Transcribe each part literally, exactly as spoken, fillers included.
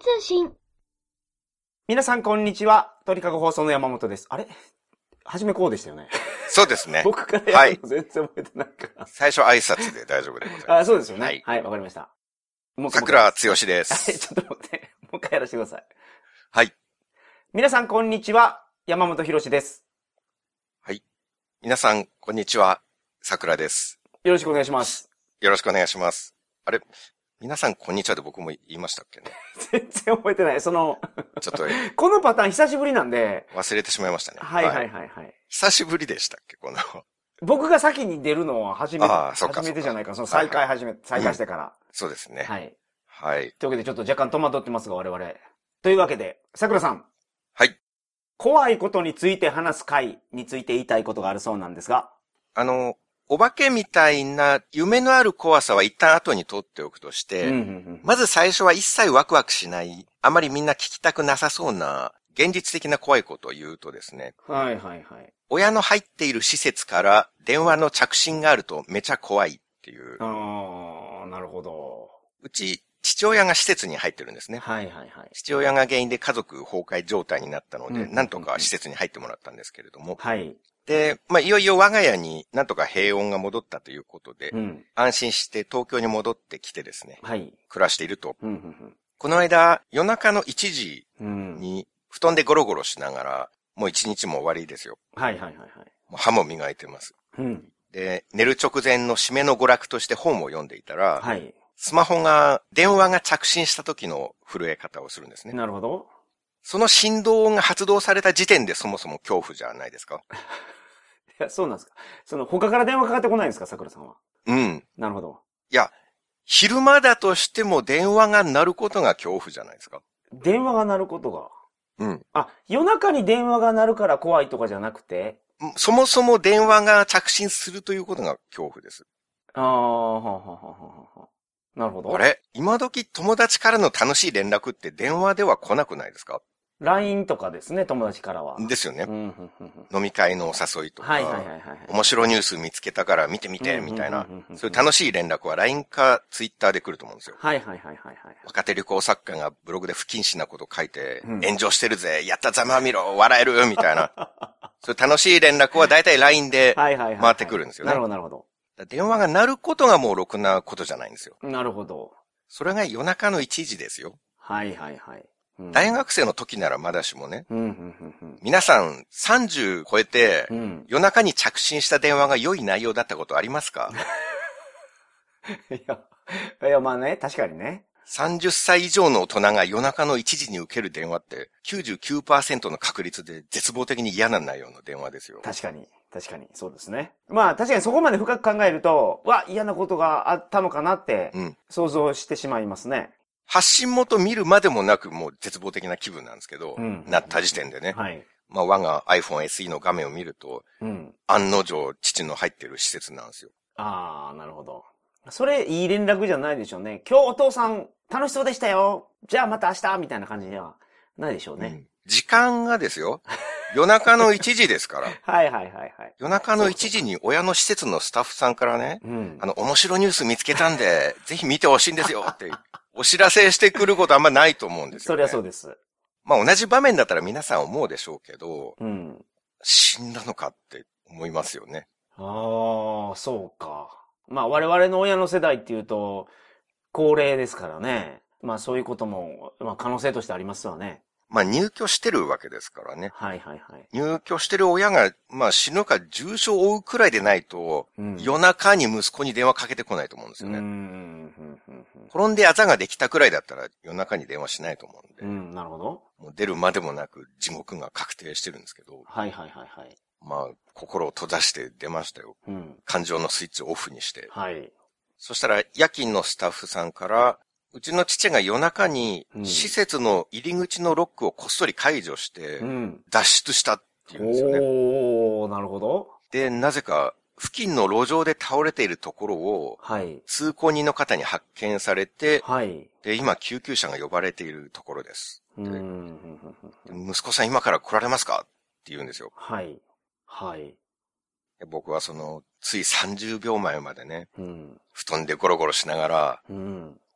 通信。 皆さんこんにちは。鳥かご放送の山本です。あれはじめこうでしたよね。 そうですね。 僕からやるの全然覚えてないから。 最初挨拶で大丈夫でございます。 あ、そうですよね。 はい。 はい、わかりました。 桜つよしではい、 す。 ちょっと待って。もう一回やらせてください。 はい。 皆さんこんにちは。山本博史です。 はい。皆さんこんにちは。桜です。 よろしくお願いします。 よろしくお願いします。あれ皆さんこんにちはで僕も言いましたっけね。 全然覚えてない。その、 ちょっと、 このパターン久しぶりなんで。 忘れてしまいましたね。 はいはいはいはい。 久しぶりでしたっけこの。 僕が先に出るのは初めて、 ああ、そうか初めてじゃないか。その再開始め、はいはい、再開してから、うん。 そうですね。 はい。 はい。 というわけでちょっと若干戸惑ってますが、我々。というわけで、桜さん。 はい。 怖いことについて話す会について言いたいことがあるそうなんですが。 あの、お化けみたいな夢のある怖さは一旦後に取っておくとして、うんうんうん、まず最初は一切ワクワクしない、あまりみんな聞きたくなさそうな、現実的な怖いことを言うとですね。 はいはいはい。 親の入っている施設から電話の着信があるとめちゃ怖いっていう。 ああ、なるほど。 うち、父親が施設に入ってるんですね。 はいはいはい。 父親が原因で家族崩壊状態になったので、うんうんうんうん、なんとか施設に入ってもらったんですけれども。 はい。 で、まあ、いよいよ我が家になんとか平穏が戻ったということで、うん、安心して東京に戻ってきてですね、はい、暮らしていると。うんうんうん、この間、夜中のいちじに布団でゴロゴロしながら、もう一日も終わりですよ。 はいはいはいはい。 もう歯も磨いてます。うん、で、寝る直前の締めの娯楽として本を読んでいたら、はい、スマホが、電話が着信した時の震え方をするんですね。 なるほど。 その振動が発動された時点でそもそも恐怖じゃないですか。 いや、そうなんですか。その、他から電話かかってこないんですか、桜さんは。 うん。 なるほど。 いや、昼間だとしても電話が鳴ることが恐怖じゃないですか。 電話が鳴ることが。 うん。 あ、夜中に電話が鳴るから怖いとかじゃなくて？ そもそも電話が着信するということが恐怖です。 ああ、ははははは。なるほど。 あれ今時友達からの楽しい連絡って電話では来なくないですか？ ライン とかですね、友達からは。 ですよね。 うんうんうんうん、飲み会のお誘いとか、はいはいはいはい、面白いニュース見つけたから見てみて、みたいな、そういう楽しい連絡は ライン か ツイッター で来ると思うんですよ。 はいはいはいはい、はい。 若手旅行作家がブログで不謹慎なこと書いて、うん、炎上してるぜ、やったざまあみろ、笑える、みたいな。そういう楽しい連絡はだいたい ライン で回ってくるんですよね。 なるほどなるほど。 電話が鳴ることがもうろくなことじゃないんですよ。 なるほど。 それが夜中のいちじですよ。 はいはいはい。 うん、大学生の時ならまだしもね。 うんうんうんうん、皆さんさんじゅう超えて、うん、夜中に着信した電話が良い内容だったことありますか？ いや、いやまあね、確かにね。 さんじゅっさい以上の大人が夜中のいちじに受ける電話って きゅうじゅうきゅうパーセント の確率で絶望的に嫌な内容の電話ですよ。 確かに。確かに、そうですね。まあ確かにそこまで深く考えると、わ、嫌なことがあったのかなって、想像してしまいますね。うん、 発信元見るまでもなくもう絶望的な気分なんですけど、うん、なった時点でね。はい。まあ我が iPhone エスイー の画面を見ると、うん、案の定父の入ってる施設なんですよ。 ああ、なるほど。それいい連絡じゃないでしょうね。今日お父さん楽しそうでしたよ。じゃあまた明日みたいな感じではないでしょうね。うん、 時間がですよ。夜中のいちじですから。 はいはいはいはい。 夜中のいちじに親の施設のスタッフさんからね、うん、あの、面白ニュース見つけたんで、ぜひ見てほしいんですよってお知らせしてくることあんまないと思うんですよ、ね。 そりゃそうです。 まあ同じ場面だったら皆さん思うでしょうけど、うん、死んだのかって思いますよね。 ああ、そうか。まあ我々の親の世代っていうと、高齢ですからね。まあそういうことも、まあ可能性としてありますわね。 まあ入居してるわけですからね。 はいはいはい。 入居してる親が、まあ死ぬか重傷を負うくらいでないと、うん、夜中に息子に電話かけてこないと思うんですよね。うんうんうんうん、転んであざができたくらいだったら夜中に電話しないと思うんで。 うん、なるほど。 もう出るまでもなく地獄が確定してるんですけど。 はいはいはいはい。 まあ心を閉ざして出ましたよ。うん、感情のスイッチをオフにして。 はい。 そしたら夜勤のスタッフさんから、うちの父が夜中に施設の入り口のロックをこっそり解除して脱出したって言うんですよね。うん、 おー、なるほど。 で、なぜか付近の路上で倒れているところを通行人の方に発見されて、はい、で、今救急車が呼ばれているところです。で、うん、息子さん今から来られますかって言うんですよ。 はい。はい。 僕はその、ついさんじゅうびょうまえまでね、うん、布団でゴロゴロしながら、うん、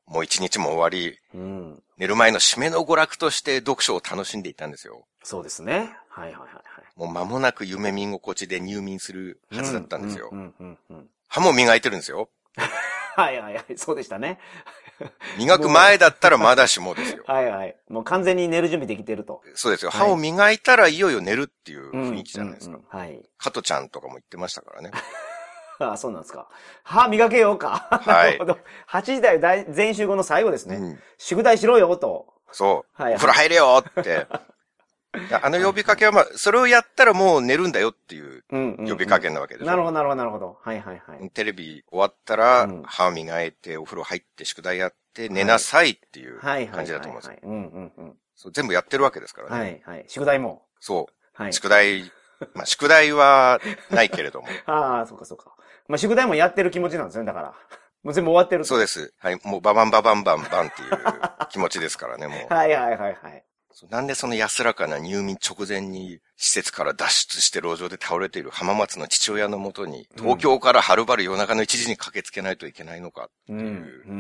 もう一日も終わり、うん、寝る前の締めの娯楽として読書を楽しんでいたんですよ。 そうですね。はいはいはい、はい。 もう間もなく夢見心地で入眠するはずだったんですよ。歯も磨いてるんですよ。 はいはいはい、そうでしたね。 磨く前だったらまだしもですよ。 はいはい。もう完全に寝る準備できてると。 そうですよ。歯を磨いたらいよいよ寝るっていう雰囲気じゃないですか。うんうんうん、はい。加トちゃんとかも言ってましたからね。 ああ、そうなんですか。歯磨けようか。なるほど。はちじ台全員集合の最後ですね。うん、宿題しろよと。 そう。はいはい、お風呂入れよって。あの呼びかけはまあ、それをやったらもう寝るんだよっていう呼びかけなわけです、うんうんうん。 なるほど、なるほど、なるほど。はいはいはい。 テレビ終わったら、うん、歯磨いて、お風呂入って、宿題やって、寝なさいっていう感じだと思うんですよ。全部やってるわけですからね。 はいはい。宿題も。 そう。はい、宿題、まあ宿題はないけれども。 ああ、そうかそうか。まあ宿題もやってる気持ちなんですね、だから。もう全部終わってる。 そうです。はい。もうババンババンバンバンっていう気持ちですからね、もう。 はいはいはいはい。 なんでその安らかな入眠直前に施設から脱出して路上で倒れている浜松の父親のもとに、東京からはるばる夜中のいちじに駆けつけないといけないのかっていう。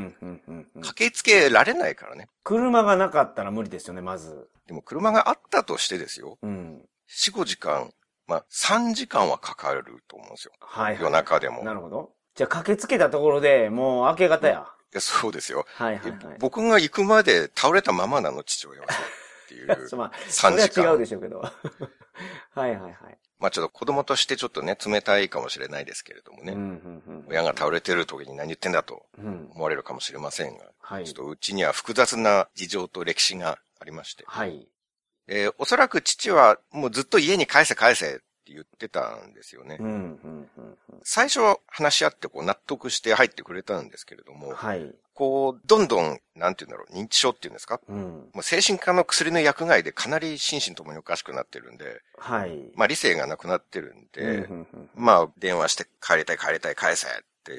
駆けつけられないからね。 車がなかったら無理ですよね、まず。 でも車があったとしてですよ。うん、よん、ごじかん、まあさんじかんはかかると思うんですよ。はい、はい。夜中でも。 なるほど。じゃあ駆けつけたところでもう明け方や。 いや、そうですよ。はいはいはい。僕が行くまで倒れたままなの、父親は。っていう。 まあ、それは違うでしょうけど。はいはいはい。 まあちょっと子供としてちょっとね、冷たいかもしれないですけれどもね。うんうんうん、親が倒れてる時に何言ってんだと思われるかもしれませんが。うん、はい。ちょっとうちには複雑な事情と歴史がありまして。はい。えー、おそらく父はもうずっと家に返せ返せって言ってたんですよね。うんうんうんうん、最初は話し合ってこう納得して入ってくれたんですけれども。はい。こう、どんどん、なんていうんだろう、認知症っていうんですか、うん、もう精神科の薬の薬害でかなり心身ともにおかしくなってるんで、はい。まあ理性がなくなってるんで、うんうんうんうん、まあ電話して帰りたい帰りたい返せって、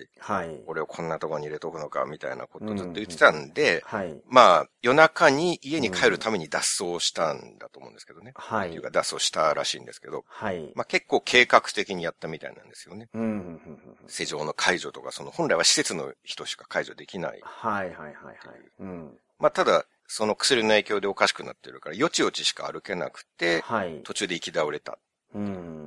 はい。俺をこんなところに入れとくのかみたいなことをずっと言ってたんで、うんうんうん、はい。まあ夜中に家に帰るために脱走したんだと思うんですけどね。はい。っていうか脱走したらしいんですけど、はい。まあ結構計画的にやったみたいなんですよね。うんうんうんうん、施錠の解除とか、その本来は施設の人しか解除できない。はいはいはいはい。うん。まあただ、その薬の影響でおかしくなってるから、よちよちしか歩けなくて、はい。途中で行き倒れた。 うん。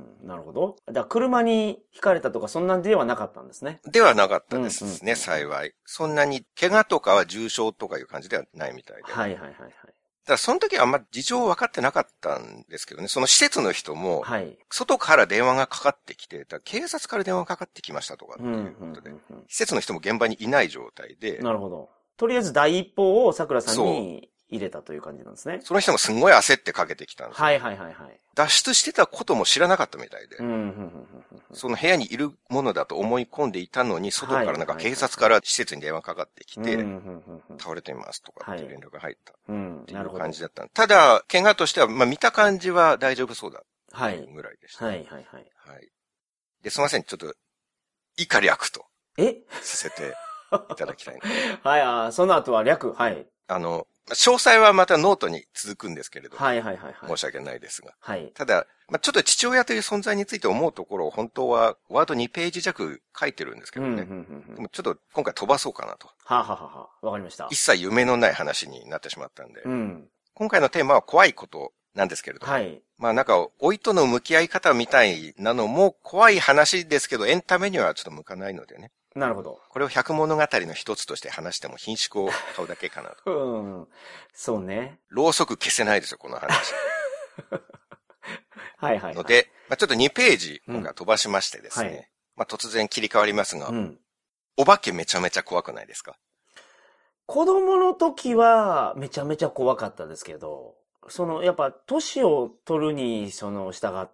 なるほど。だから車にひかれたとかそんなんではなかったんですね。 ではなかったですね、うんうん、幸い。そんなに怪我とかは重傷とかいう感じではないみたいで。はいはいはいはい。だからその時はあんま事情分かってなかったんですけどね、その施設の人も、はい、外から電話がかかってきて、だ警察から電話がかかってきましたとかっていうことで、うんうんうんうん、施設の人も現場にいない状態で。 なるほど。とりあえず第一報を桜さんに入れたという感じなんですね。 その人もすごい焦ってかけてきたんですよ。 はいはいはいはい。 脱出してたことも知らなかったみたいで。うんうんうんうん、その部屋にいるものだと思い込んでいたのに、外からなんか警察から施設に電話かかってきて、倒れていますとかって連絡が入ったっていう感じだった。ただ、怪我としては、まあ見た感じは大丈夫そうだ。はい。ぐらいでした。はいはいはい。はい。で、すみません、ちょっと、以下略と。えさせていただきたいな。 はい、あその後は略、はい。 あの、詳細はまたノートに続くんですけれども。はいはいはい、はい。申し訳ないですが。はい。ただ、まあ、ちょっと父親という存在について思うところを本当はワードにページ弱書いてるんですけどね。うんうんうんうん、でもちょっと今回飛ばそうかなと。 はあ、はははあ、わかりました。 一切夢のない話になってしまったんで。うん、今回のテーマは怖いことなんですけれども。はい。まあなんか、老いとの向き合い方みたいなのも怖い話ですけど、エンタメにはちょっと向かないのでね。 なるほど。 これを百物語の一つとして話しても品種を買うだけかなと。 うん。そうね。 ろうそく消せないですよ、この話。 はいはい、はい。 ので、まあ、ちょっとにページ今回飛ばしましてですね。うんはい、まあ、突然切り替わりますが、うん、お化けめちゃめちゃ怖くないですか？ 子供の時はめちゃめちゃ怖かったですけど、その、やっぱ年を取るに、その、従って、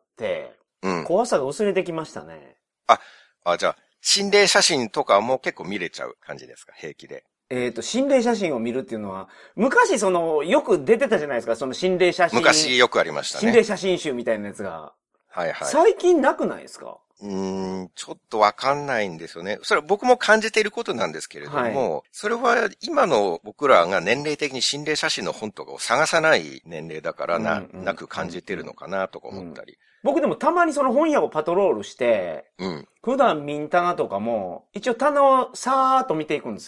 うん、怖さが薄れてきましたね。 あ、あ、じゃあ、心霊写真とかも結構見れちゃう感じですか？平気で。 えっと、心霊写真を見るっていうのは、昔その、よく出てたじゃないですか、その心霊写真。 昔よくありましたね。 心霊写真集みたいなやつが。 はいはい。 最近なくないですか？ うーん、ちょっとわかんないんですよね。それは僕も感じていることなんですけれども、はい、それは今の僕らが年齢的に心霊写真の本とかを探さない年齢だからな、うんうん、なく感じてるのかなとか思ったり、うん。 僕でもたまにその本屋をパトロールして、うん、普段見ん棚とかも、一応棚をさーっと見ていくんですよ。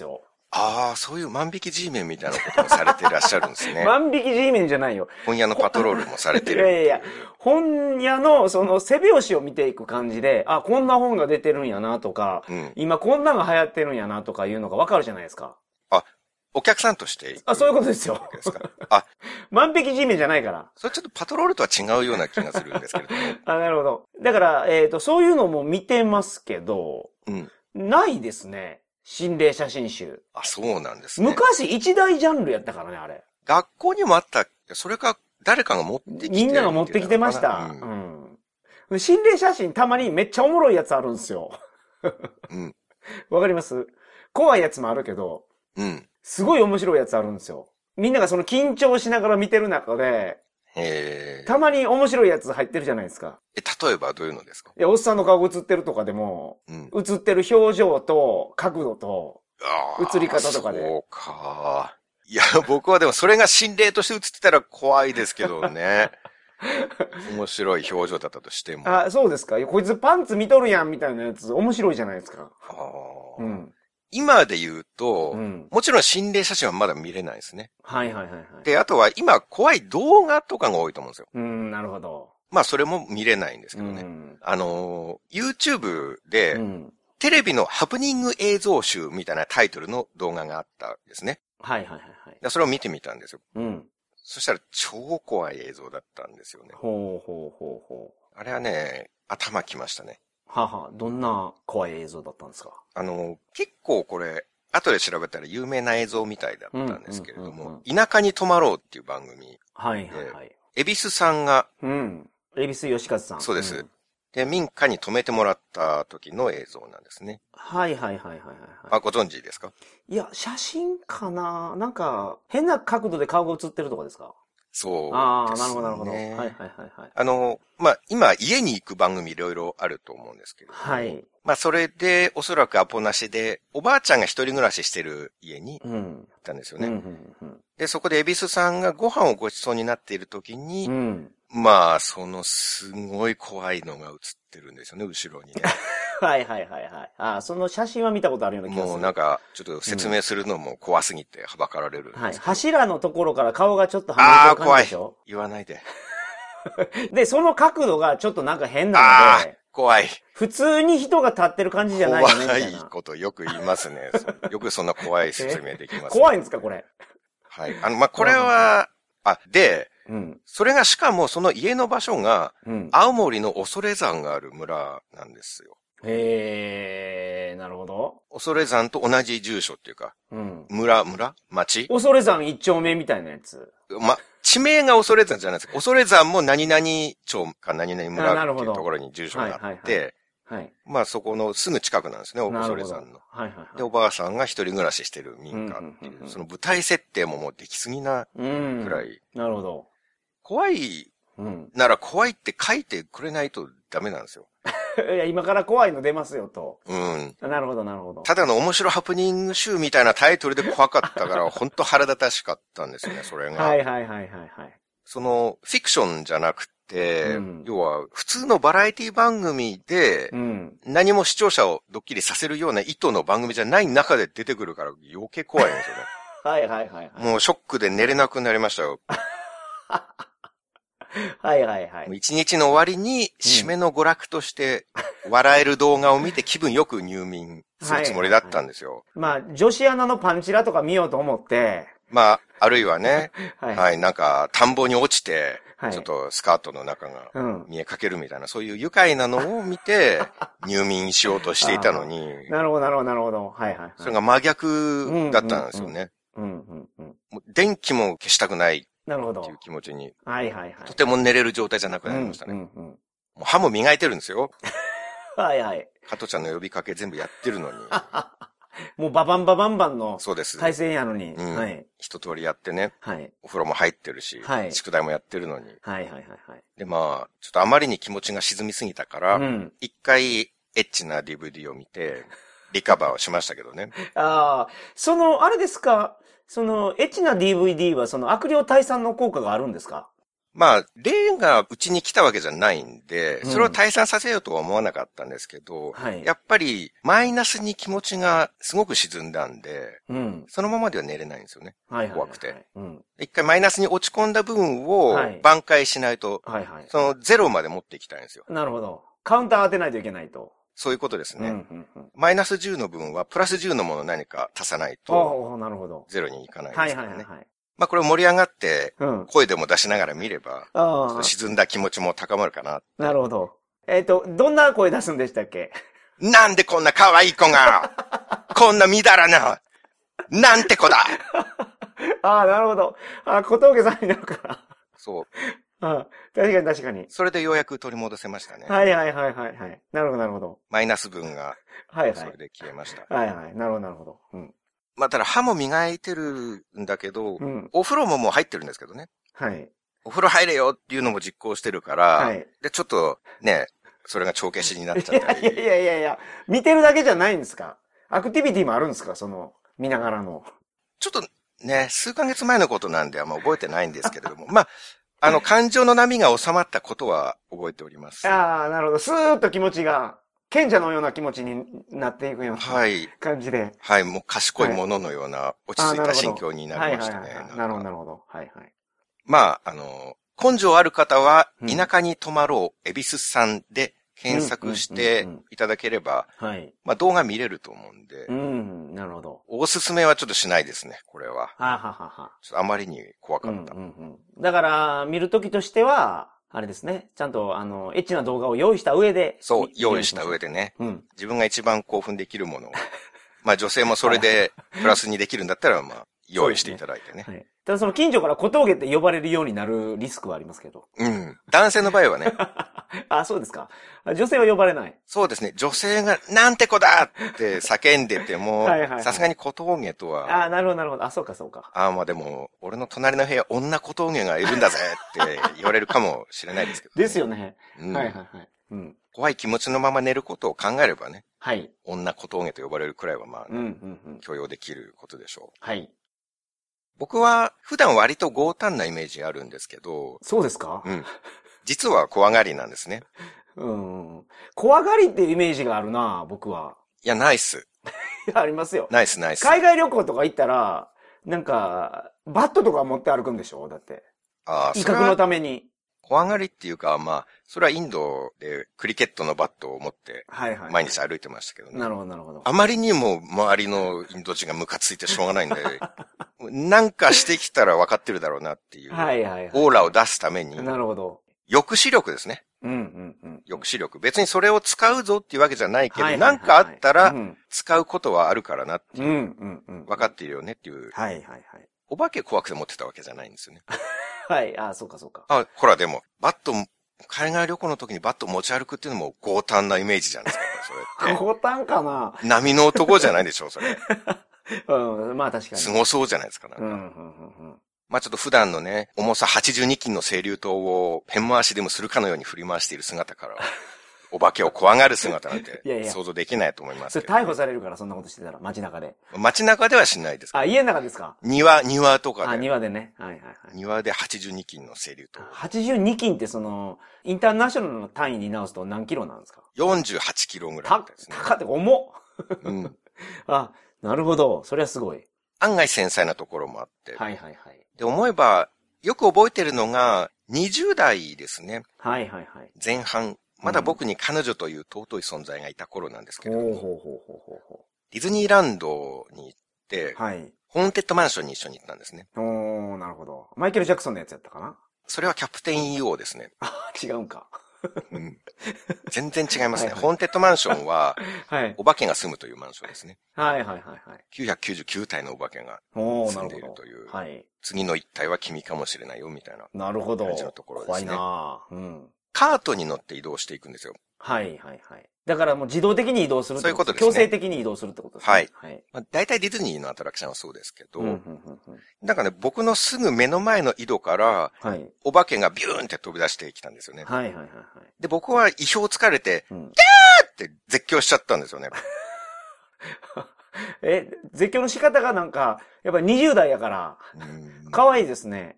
ああ、そういう万引き G メンみたいなこともされていらっしゃるんですね。 万引き G メンじゃないよ。 本屋のパトロールもされてる。 いやいやいや、本屋のその背表紙を見ていく感じで、あ、こんな本が出てるんやなとか、うん、今こんなのが流行ってるんやなとかいうのがわかるじゃないですか。 あ、お客さんとしてあ、そういうことですよ。ですかあ、万引き G メンじゃないから。 それちょっとパトロールとは違うような気がするんですけれども。 あ、なるほど。だから、えっと、そういうのも見てますけど、うん、ないですね。心霊写真集。 あ、そうなんですね。 昔一大ジャンルやったからね、あれ。 学校にもあった。それか、誰かが持ってきてみんなが持ってきてました。うん。うん、心霊写真たまにめっちゃおもろいやつあるんですよ。うん。わかります？怖いやつもあるけど、うん。すごい面白いやつあるんですよ。みんながその緊張しながら見てる中で、へー。たまに面白いやつ入ってるじゃないですか。 え、例えばどういうのですか？ いや、おっさんの顔映ってるとかでも、うん、映ってる表情と角度と、映り方とかで。 そうか。いや、僕はでもそれが心霊として映ってたら怖いですけどね。面白い表情だったとしても。 あ、そうですか。こいつパンツ見とるやんみたいなやつ面白いじゃないですか。あうん、今で言うと、うん、もちろん心霊写真はまだ見れないですね。 はいはいはい、はい。 で、あとは今怖い動画とかが多いと思うんですよ。 うん、なるほど。 まあそれも見れないんですけどね。うん、あの、YouTube で、うん、テレビのハプニング映像集みたいなタイトルの動画があったんですね。 はいはいはいはい。 それを見てみたんですよ。うん。そしたら超怖い映像だったんですよね。 ほうほうほうほう。 あれはね、頭きましたね。 はは、どんな怖い映像だったんですか？ あの、結構これ、後で調べたら有名な映像みたいだったんですけれども、うんうんうんうん、田舎に泊まろうっていう番組。 はいはいはい。 恵比寿さんが、 うん。恵比寿義和さん。 そうです。うん、で、民家に泊めてもらった時の映像なんですね。 はいはいはいはいはい。 あ、ご存知ですか？ いや、写真かな？なんか、変な角度で顔が映ってるとかですか？ そうですね。 ああ、なるほどなるほど。はいはいはいはい。 あの、まあ、今、家に行く番組いろいろあると思うんですけど。 はい。 まあ、それで、おそらくアポなしで、おばあちゃんが一人暮らししてる家に行ったんですよね。うんうんうんうん、で、そこで恵比寿さんがご飯をごちそうになっている時に、うん、まあ、そのすごい怖いのが映ってるんですよね、後ろにね。 はいはいはいはい。ああ、その写真は見たことあるような気がする。 もうなんか、ちょっと説明するのも怖すぎてはばかられるんですけど、はい。 柱のところから顔がちょっとはみ出てる感じでしょ？ああ、怖い。 言わないで。 で、その角度がちょっとなんか変なので。 怖い。 普通に人が立ってる感じじゃないよねみたいな。 怖いことよく言いますね。よくそんな怖い説明できます、ね。 怖いんですか、これ。 はい。あの、まあ、これは、あ、で、うん、それがしかもその家の場所が、うん、青森の恐山がある村なんですよ。 へー、なるほど。 恐山と同じ住所っていうか、うん、村、村町恐山一丁目みたいなやつ。 ま、地名が恐山じゃないですか。恐山も何々町か何々村っていうところに住所があって、はい。まあそこのすぐ近くなんですね、恐山の。はいはいはい。で、おばあさんが一人暮らししてる民家っていう、うんうんうんうん、その舞台設定ももうできすぎなくらい。 なるほど。 怖い、うん、なら怖いって書いてくれないとダメなんですよ。 いや、今から怖いの出ますよと。 うん。 なるほど、なるほど。 ただの面白ハプニング集みたいなタイトルで怖かったから、本当腹立たしかったんですよね、それが。 はいはいはいはいはい。 その、フィクションじゃなくて、うん、要は、普通のバラエティ番組で、うん、何も視聴者をドッキリさせるような意図の番組じゃない中で出てくるから余計怖いんですよね。 はいはいはい、はい。 もうショックで寝れなくなりましたよ。 はいはいはい。 一日の終わりに、締めの娯楽として、笑える動画を見て気分よく入眠するつもりだったんですよ。 はいはいはい、まあ、女子アナのパンチラとか見ようと思って、 まあ、あるいはね、はい、はい、なんか、田んぼに落ちて、はい、ちょっとスカートの中が見えかけるみたいな、うん、そういう愉快なのを見て、入眠しようとしていたのに。 なるほど、なるほど、なるほど。はいはい、はい。 それが真逆だったんですよね。うんうんうん。もう電気も消したくない。 なるほど。 っていう気持ちに。 はいはいはい。 とても寝れる状態じゃなくなりましたね。うんうんうん、もう歯も磨いてるんですよ。 はいはい。 加トちゃんの呼びかけ全部やってるのに。 もうババンババンバンのそうです。 対戦やのに。 うん、はい。一通りやってね。はい。お風呂も入ってるし。はい。宿題もやってるのに。 はいはいはいはい。 でまあ、ちょっとあまりに気持ちが沈みすぎたから、うん、一回エッチな ディーブイディー を見て、リカバーをしましたけどね。 ああ、その、あれですか、その、エッチな ディーブイディー はその悪霊退散の効果があるんですか？ まあ、霊がうちに来たわけじゃないんで、それを退散させようとは思わなかったんですけど、うん、やっぱりマイナスに気持ちがすごく沈んだんで、うん、そのままでは寝れないんですよね。はいはいはいはい、怖くて、うん。一回マイナスに落ち込んだ部分を挽回しないと、はいはいはい、そのゼロまで持っていきたいんですよ。 なるほど。カウンター当てないといけないと。 そういうことですね。うんうんうん、マイナスじゅうの分はプラスじゅうのものを何か足さないと、なるほど。ゼロにいかないですからね。はいはいはいはい、まあこれを盛り上がって、声でも出しながら見れば、うん、沈んだ気持ちも高まるかな。 なるほど。えっと、どんな声出すんでしたっけ？ なんでこんな可愛い子が、こんなみだらな、なんて子だああ、なるほど。あ、小峠さんになるから。 そう。 ああ、確かに確かに。 それでようやく取り戻せましたね。 はいはいはいはいはい。なるほどなるほど。 マイナス分が、はいはい。それで消えました。 はいはい。なるほどなるほど。うん。 まあ、ただ歯も磨いてるんだけど、うん、お風呂ももう入ってるんですけどね。はい。お風呂入れよっていうのも実行してるから、はい。で、ちょっとね、それが帳消しになっちゃったり。 いやいやいやいや、見てるだけじゃないんですか？アクティビティもあるんですか？その、見ながらの。 ちょっとね、数ヶ月前のことなんであんま覚えてないんですけれども、まあ、あの、感情の波が収まったことは覚えております。 ああ、なるほど。スーッと気持ちが、賢者のような気持ちになっていくような感じで。はい。 はい、もう賢いもののような落ち着いた心境になりましたね。 なるほど、なるほど。はいはい。 まあ、あの、根性ある方は、田舎に泊まろう、恵比寿さんで検索していただければ、はい。まあ動画見れると思うんで。 うん、なるほど。 おすすめはちょっとしないですね、これは。はははは。ちょっとあまりに怖かった。 うんうんうん、だから、見るときとしては、あれですね。ちゃんと、あの、エッチな動画を用意した上で。 そう、用意した上でね。うん。自分が一番興奮できるものを。まあ女性もそれでプラスにできるんだったら、まあ、用意していただいてね。 はい。ただその近所から小峠って呼ばれるようになるリスクはありますけど。 うん。男性の場合はね。 あ、そうですか。女性は呼ばれない。 そうですね。女性が、なんて子だって叫んでても、さすがに小峠とは。 あ、なるほど、なるほど。あ、そうか、そうか。 あ、まあでも、俺の隣の部屋、女小峠がいるんだぜって言われるかもしれないですけど、 ね。ですよね。うん、はいはいはい。 うん。怖い気持ちのまま寝ることを考えればね。はい。女小峠と呼ばれるくらいはまあ、ね、うんうんうん、許容できることでしょう。はい。僕は普段割と強胆なイメージあるんですけど。 そうですか？ うん。実は怖がりなんですね。 うん。怖がりっていうイメージがあるな、僕は。 いや、ナイス。 いや、ありますよ。 ナイスナイス。 海外旅行とか行ったら、なんか、バットとか持って歩くんでしょ？だって。ああ、威嚇のために。 怖がりっていうか、まあ、それはインドでクリケットのバットを持って、毎日歩いてましたけどね。 なるほど、なるほど。 あまりにも周りのインド人がムカついてしょうがないんで、なんかしてきたら分かってるだろうなっていう、はいはいはい、オーラを出すために、なるほど。抑止力ですね。うんうんうん、抑止力。別にそれを使うぞっていうわけじゃないけど、なんかあったら、使うことはあるからなっていう、うんうんうん、分かっているよねっていう。はいはいはい。お化け怖くて持ってたわけじゃないんですよね。 はい、ああ、そうかそうか。 あ、ほらでも、バット、海外旅行の時にバット持ち歩くっていうのも強胆なイメージじゃないですか、それって。 強胆かな？ 波の男じゃないでしょ、それ。 うん、まあ確かに。 すごそうじゃないですか、なんか。うんうんうんうん、まあちょっと普段のね、重さはちじゅうにキロの清流刀をペン回しでもするかのように振り回している姿から、お化けを怖がる姿なんて想像できないと思いますけど、 ね。それ逮捕されるからそんなことしてたら、街中で。 街中ではしないですか、ね。あ、家の中ですか？ 庭、庭とかで。 あ、庭でね。はいはいはい。 庭ではちじゅうにキロの清流刀。 はちじゅうにキロってその、インターナショナルの単位に直すと何キロなんですか？ よんじゅうはちキロぐらいですね。 高って重っ。うん。あ、なるほど。それはすごい。 案外繊細なところもあって。 はいはいはい。 で、思えば、よく覚えてるのが、にじゅう代ですね。はいはいはい。前半。まだ僕に彼女という尊い存在がいた頃なんですけれども。ほうほうほうほうほう。ディズニーランドに行って、はい。ホーンテッドマンションに一緒に行ったんですね。 おー、なるほど。マイケル・ジャクソンのやつやったかな？ それはキャプテン イーオー ですね。 あ、違うんか。 うん、全然違いますね。はいはい、ホーンテッドマンションは、はい、お化けが住むというマンションですね。はいはいはいはい。きゅうひゃくきゅうじゅうきゅう体のお化けが住んでいるという。はい、次の一体は君かもしれないよみたいな。 なるほど。 感じのところですね。 怖いなぁ。うん。 カートに乗って移動していくんですよ。 はいはいはい。だからもう自動的に移動するってことですね。そういうことですね。強制的に移動するってことですね。はい。はい。まあ、 大体ディズニーのアトラクションはそうですけど、うんうんうんうん、だからね、僕のすぐ目の前の井戸から、はい、お化けがビューンって飛び出してきたんですよね。はいはいはい、はい。で、僕は意表つかれて、うん、キャーって絶叫しちゃったんですよね。 え、絶叫の仕方がなんか、やっぱりにじゅう代やから、可愛いですね。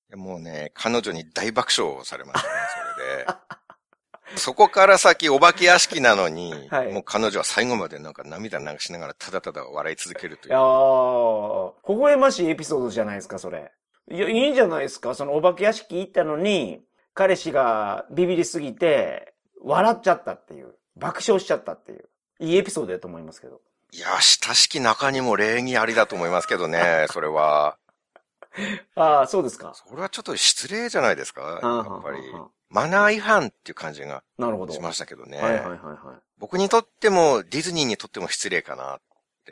もうね、彼女に大爆笑されましたね、それで。そこから先お化け屋敷なのに、はい、もう彼女は最後までなんか涙流しながらただただ笑い続けるという。 いやー、微笑ましいエピソードじゃないですか、それ。いや、いいんじゃないですか。そのお化け屋敷行ったのに、彼氏がビビりすぎて、笑っちゃったっていう。爆笑しちゃったっていう。いいエピソードだと思いますけど。 いや、親しき中にも礼儀ありだと思いますけどね、それは。 ああ、そうですか。 それはちょっと失礼じゃないですか、やっぱり。マナー違反っていう感じがしましたけどね。はいはいはい、はい。僕にとってもディズニーにとっても失礼かなって。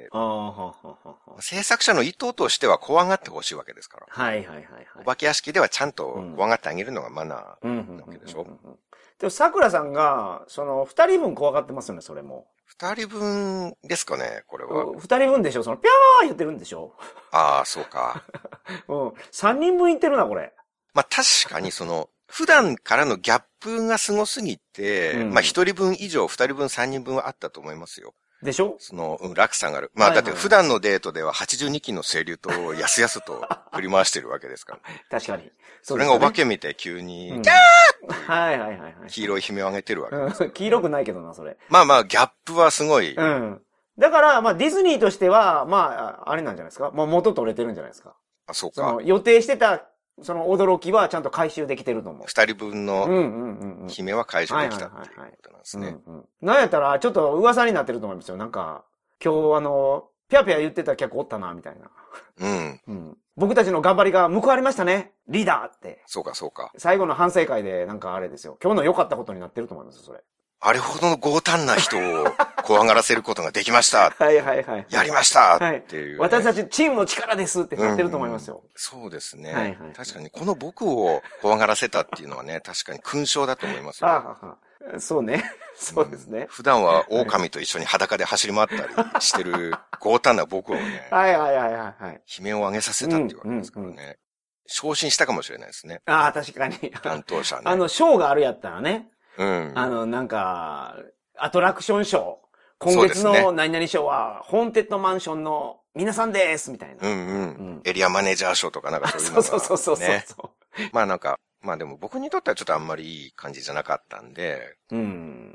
あははは制作者の意図としては怖がってほしいわけですから。はいはいはい、はい。お化け屋敷ではちゃんと怖がってあげるのがマナーなわけでしょ。 でも桜さんが、その二人分怖がってますよね、それも。 二人分ですかね、これは。 二人分でしょ、そのピャー言ってるんでしょ。 ああ、そうか。 うん。三人分言ってるな、これ。 まあ確かにその、普段からのギャップがすごすぎて、うん、まあ一人分以上、二人分、三人分はあったと思いますよ。 でしょその、うん、落差がある。まあ、だって普段のデートでははちじゅうにきの清流とやすやすと振り回してるわけですから。 確かに。 それがお化け見て急に、キャーってはいはいはいはい。黄色い悲鳴を上げてるわけです、 うん。黄色くないけどな、それ。 まあまあ、ギャップはすごい。 うん。だから、まあディズニーとしては、まあ、あれなんじゃないですか。もう元取れてるんじゃないですか。 あ、そうか。 その予定してた、その驚きはちゃんと回収できてると思う。 二人分の、悲鳴は回収できたっていうことなんですね。 なんやったら、ちょっと噂になってると思いますよ。なんか、今日あの、ぴゃぴゃ言ってた客おったな、みたいな。うん。うん。僕たちの頑張りが報われましたね。リーダーって。 そうか、そうか。 最後の反省会で、なんかあれですよ。今日の良かったことになってると思います、それ。 あれほどの強胆な人を怖がらせることができました。 はいはいはい。 やりましたっていう、ねはい。私たちチームの力ですってなってると思いますよ。うんうん、 そうですね、はいはい。確かにこの僕を怖がらせたっていうのはね、確かに勲章だと思いますよ。あははそうね。そうですね、うん。 普段は狼と一緒に裸で走り回ったりしてる強胆な僕をね。 はいはいはいはい。 悲鳴を上げさせたっていうわけですからね。うんうんうん、昇進したかもしれないですね。 ああ、確かに。 担当者ね。 あの、ショーがあるやったらね。うん。あの、なんか、アトラクションショー。今月の何々ショーは、ホーンテッドマンションの皆さんですみたいな。 うんうん。うん、エリアマネージャーショーとかなんかそういうのが、ね。 そうそうそうそうそう。 まあなんか、まあでも僕にとってはちょっとあんまりいい感じじゃなかったんで、うん。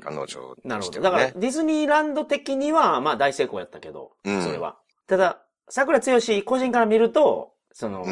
彼女としては、ね。 なるほど。だからディズニーランド的には、まあ大成功やったけど、うん、それは。ただ、桜剛個人から見ると、その、うん、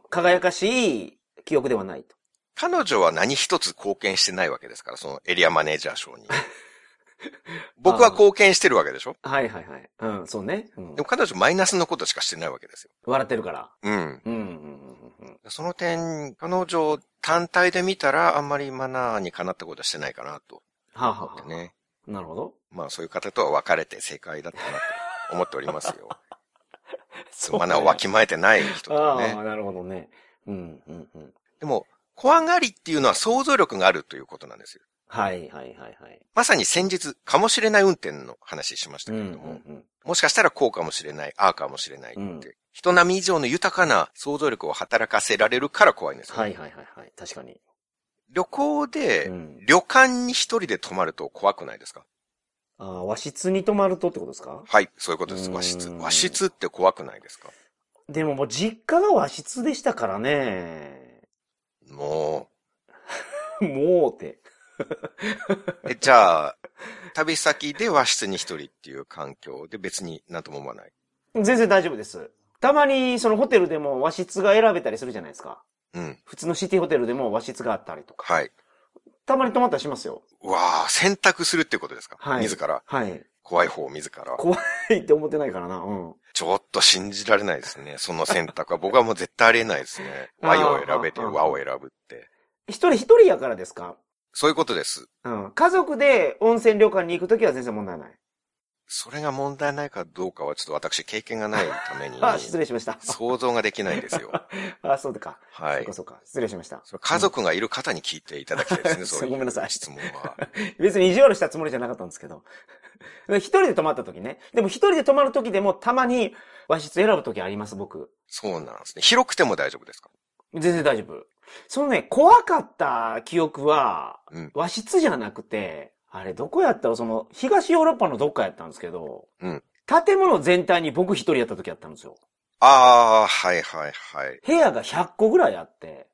輝かしい記憶ではないと。 彼女は何一つ貢献してないわけですから、そのエリアマネージャー賞に。僕は貢献してるわけでしょはいはいはい。うん、そうね、うん。 でも彼女マイナスのことしかしてないわけですよ。 笑ってるから。うん。うん、うん、 うん。その点、彼女単体で見たらあんまりマナーにかなったことはしてないかなと。はあ、はあ、ね。 なるほど。 まあそういう方とは別れて正解だったなと思っておりますよ。そう、ね。マナーをわきまえてない人とかね。 ああ、なるほどね。うん、うん、うん。 でも、怖がりっていうのは想像力があるということなんですよ。 はいはいはいはい。 まさに先日、かもしれない運転の話しましたけれども、うんうんうん、もしかしたらこうかもしれない、ああかもしれないって、うん、人並み以上の豊かな想像力を働かせられるから怖いんですよ、ね。 はいはいはいはい。確かに。 旅行で、うん、旅館に一人で泊まると怖くないですか？ ああ、和室に泊まるとってことですか？ はい、そういうことです。和室。和室って怖くないですか？ でももう実家が和室でしたからね。 もう。もうって。 え、じゃあ、旅先で和室に一人っていう環境で別になんとも思わない？ 全然大丈夫です。たまにそのホテルでも和室が選べたりするじゃないですか。うん。普通のシティホテルでも和室があったりとか。はい。たまに泊まったりしますよ。 うわぁ、選択するってことですか？はい。自ら。はい。怖い方自ら。 怖いって思ってないからな。うん。 ちょっと信じられないですね。その選択は。僕はもう絶対ありえないですね。和を選べて和を選ぶって。 一人一人やからですか？ そういうことです。 うん。家族で温泉旅館に行くときは全然問題ない。 それが問題ないかどうかはちょっと私経験がないために。 あ、失礼しました。 想像ができないんですよ。 あ、そうか。はい。そうかそうか。失礼しました。 それ家族がいる方に聞いていただきたいですね、そういう。 ごめんなさい。 質問は。 別に意地悪したつもりじゃなかったんですけど。一人で泊まったときね。でも一人で泊まるときでもたまに和室選ぶときあります、僕。 そうなんですね。広くても大丈夫ですか？ 全然大丈夫。そのね、怖かった記憶は、うん、和室じゃなくて、あれどこやったらその、東ヨーロッパのどっかやったんですけど、うん、建物全体に僕一人やった時やったんですよ。 ああ、はいはいはい。 部屋がひゃっこぐらいあって。 うわ、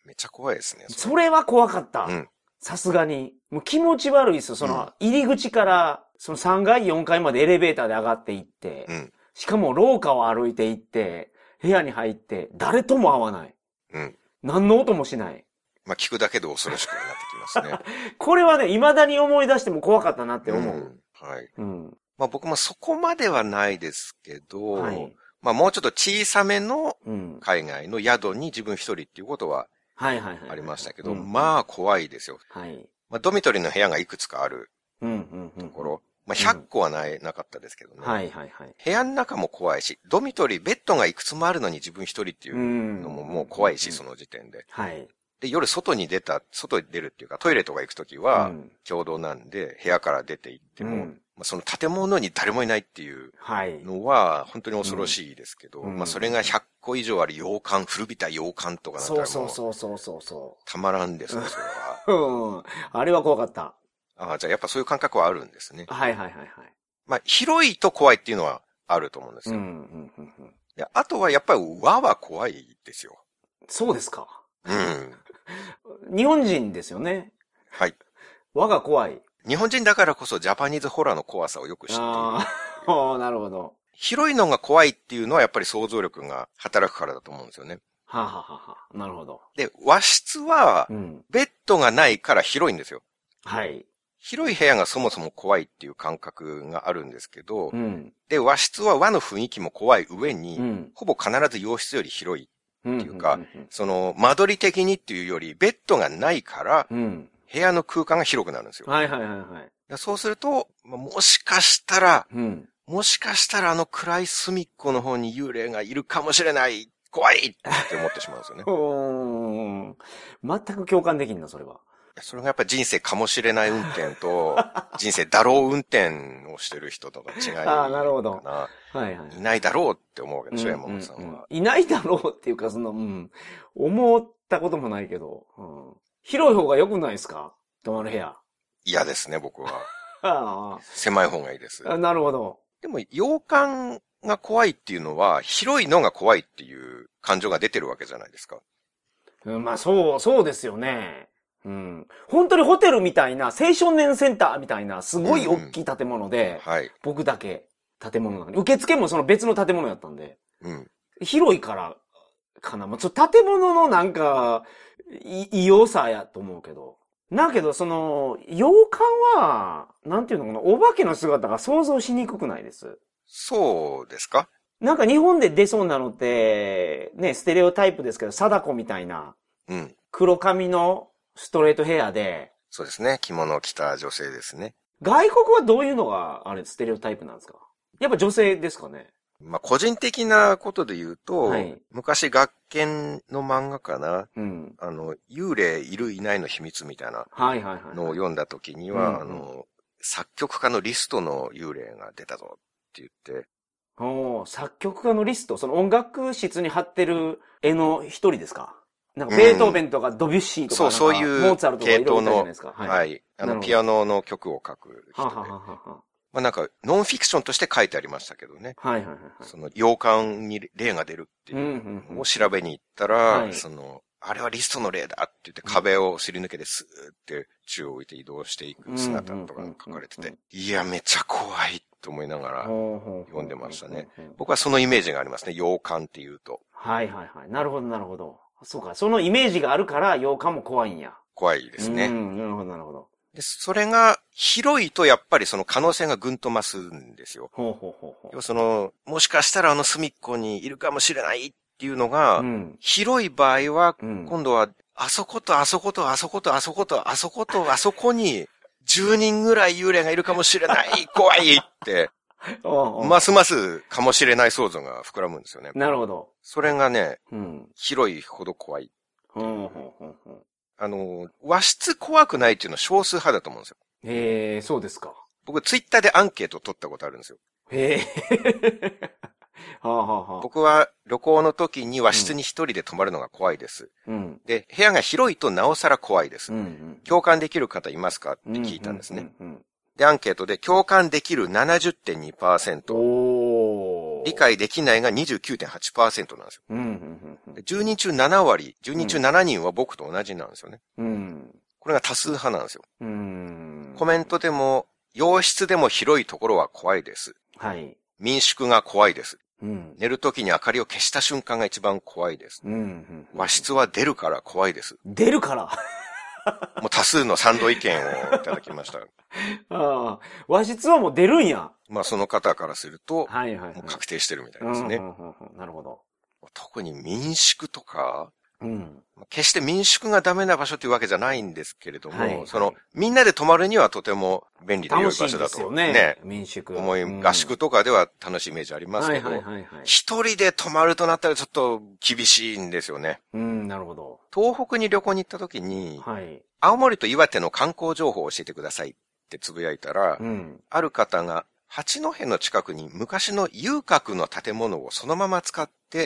めっちゃ怖いですね。 それ、それは怖かった。うん。さすがに。もう気持ち悪いですよ。その、入り口から、そのさんがい、よんかいまでエレベーターで上がっていって、うん、しかも廊下を歩いていって、部屋に入って、誰とも会わない。うん。何の音もしない。 まあ、聞くだけで恐ろしくなってきますね。 これはね、未だに思い出しても怖かったなって思う。うん、 はい。うん。まあ、僕もそこまではないですけど、はい、まあ、もうちょっと小さめの海外の宿に自分一人っていうことはありましたけど、まあ、怖いですよ。はい。まあ、ドミトリーの部屋がいくつかあるところ、まあ、ひゃっこはない、うん、なかったですけどね。はいはいはい。部屋の中も怖いし、ドミトリー、ベッドがいくつもあるのに自分一人っていうのももう怖いし、その時点で。はい。で、夜外に出た、外に出るっていうか、トイレとか行くときは、共同なんで、部屋から出て行っても、うん、まあ、その建物に誰もいないっていうのは、本当に恐ろしいですけど、うん、まあ、それがひゃっこ以上ある洋館、古びた洋館とかだったらもう、そうそうそうそうそう。たまらんですね、それは。うん。あれは怖かった。 ああ、じゃあやっぱそういう感覚はあるんですね。 はいはいはいはい。 まあ、広いと怖いっていうのはあると思うんですよ。うんうんうんうん、であとはやっぱり和は怖いですよ。 そうですか。うん。日本人ですよね。 はい。 和が怖い。 日本人だからこそジャパニーズホラーの怖さをよく知っている。ああ、なるほど。 広いのが怖いっていうのはやっぱり想像力が働くからだと思うんですよね。 はあ、はははあ、なるほど。 で、和室は、ベッドがないから広いんですよ。はい。広い部屋がそもそも怖いっていう感覚があるんですけど、うん、で、和室は和の雰囲気も怖い上に、うん、ほぼ必ず洋室より広いっていうか、その、間取り的にっていうより、ベッドがないから、うん、部屋の空間が広くなるんですよ。はいはいはいはい。そうすると、もしかしたら、うん、もしかしたらあの暗い隅っこの方に幽霊がいるかもしれない、怖いって思ってしまうんですよね。 うん。全く共感できんな、それは。 それがやっぱり人生かもしれない運転と、人生だろう運転をしてる人とか違いかな。ああ、なるほど。はいはい。いないだろうって思うわけでしょ、山本さんは。 いないだろうっていうか、その、うん。思ったこともないけど、うん、広い方が良くないですか？泊まる部屋。 嫌ですね、僕は。ああ狭い方がいいです。 あ、なるほど。 でも、洋館が怖いっていうのは、広いのが怖いっていう感情が出てるわけじゃないですか。 うん、まあ、そう、そうですよね。うん。本当にホテルみたいな、青少年センターみたいな、すごい大きい建物で、うん、はい。僕だけ建物なのに。受付もその別の建物やったんで、うん。広いからかな。まあ、ちょっと建物のなんか、異様さやと思うけど。だけど、その、洋館は、なんていうのかな、お化けの姿が想像しにくくないです。 そうですか？ なんか日本で出そうなのって、ね、ステレオタイプですけど、貞子みたいな、うん。黒髪のストレートヘアで。 そうですね。着物を着た女性ですね。 外国はどういうのが、あれ、ステレオタイプなんですか？やっぱ女性ですかね？ まあ、個人的なことで言うと、はい、昔学研の漫画かな、うん、あの、幽霊いるいないの秘密みたいなのを読んだ時には、あの、作曲家のリストの幽霊が出たぞって言って。 お作曲家のリスト、その音楽室に貼ってる絵の一人ですか？なんか、ベートーベンとかドビュッシーとか、そう、そういう、モーツァルトとかいろいろじゃないですか。 はい。はい、あの、ピアノの曲を書く人で。ははははまあなんか、ノンフィクションとして書いてありましたけどね。はいはいはい、はい。その、洋館に霊が出るっていうのを調べに行ったら、はい、その、あれはリストの霊だって言って壁をすり抜けてスーって宙を置いて移動していく姿とかが書かれてて、いや、めちゃ怖いと思いながら読んでましたね。僕はそのイメージがありますね、洋館っていうと。 はいはいはい。なるほどなるほど。そうか、そのイメージがあるから洋館も怖いんや。 怖いですね。 うん、なるほどなるほど。 で、それが広いとやっぱりその可能性がぐんと増すんですよ。ほうほうほうほう。要はその、もしかしたらあの隅っこにいるかもしれないっていうのが、うん、広い場合は、今度はあそことあそことあそことあそことあそことあそこにじゅうにんぐらい幽霊がいるかもしれない、怖いって、おうおうますますかもしれない想像が膨らむんですよね。 なるほど。 それがね、うん、広いほど怖い。うんうんうんうん、あの、和室怖くないっていうのは少数派だと思うんですよ。 へえ、そうですか。 僕ツイッターでアンケートを取ったことあるんですよ。へえ。はあはあ、僕は旅行の時に和室に一人で泊まるのが怖いです。うん、で、部屋が広いとなおさら怖いです。うんうん、共感できる方いますかって聞いたんですね。うんうんうんうん、で、アンケートで共感できる ななじゅってんにパーセント。 理解できないが にじゅうきゅうてんはちパーセント なんですよ。うんうんうん、じゅうにん中ななわり、じゅうにん中しちにんは僕と同じなんですよね。うん、これが多数派なんですよ。うん、コメントでも、洋室でも広いところは怖いです。はい。民宿が怖いです。うん、寝るときに明かりを消した瞬間が一番怖いです。うんうんうん、和室は出るから怖いです。 出るからもう多数の賛同意見をいただきました。ああ、和室はもう出るんや。 まあその方からすると、はいはいはい、もう確定してるみたいですね。 うんうんうんうん、なるほど。 特に民宿とか、うん、決して民宿がダメな場所というわけじゃないんですけれども、はいはい、その、みんなで泊まるにはとても便利で良い場所だと。楽しいですよね。ね、民宿。思い、うん、合宿とかでは楽しいイメージありますけど、一人で泊まるとなったらちょっと厳しいんですよね。 うん、なるほど。 東北に旅行に行った時に、はい、青森と岩手の観光情報を教えてくださいってつぶやいたら、うん、ある方が、八戸の近くに昔の遊郭の建物をそのまま使って、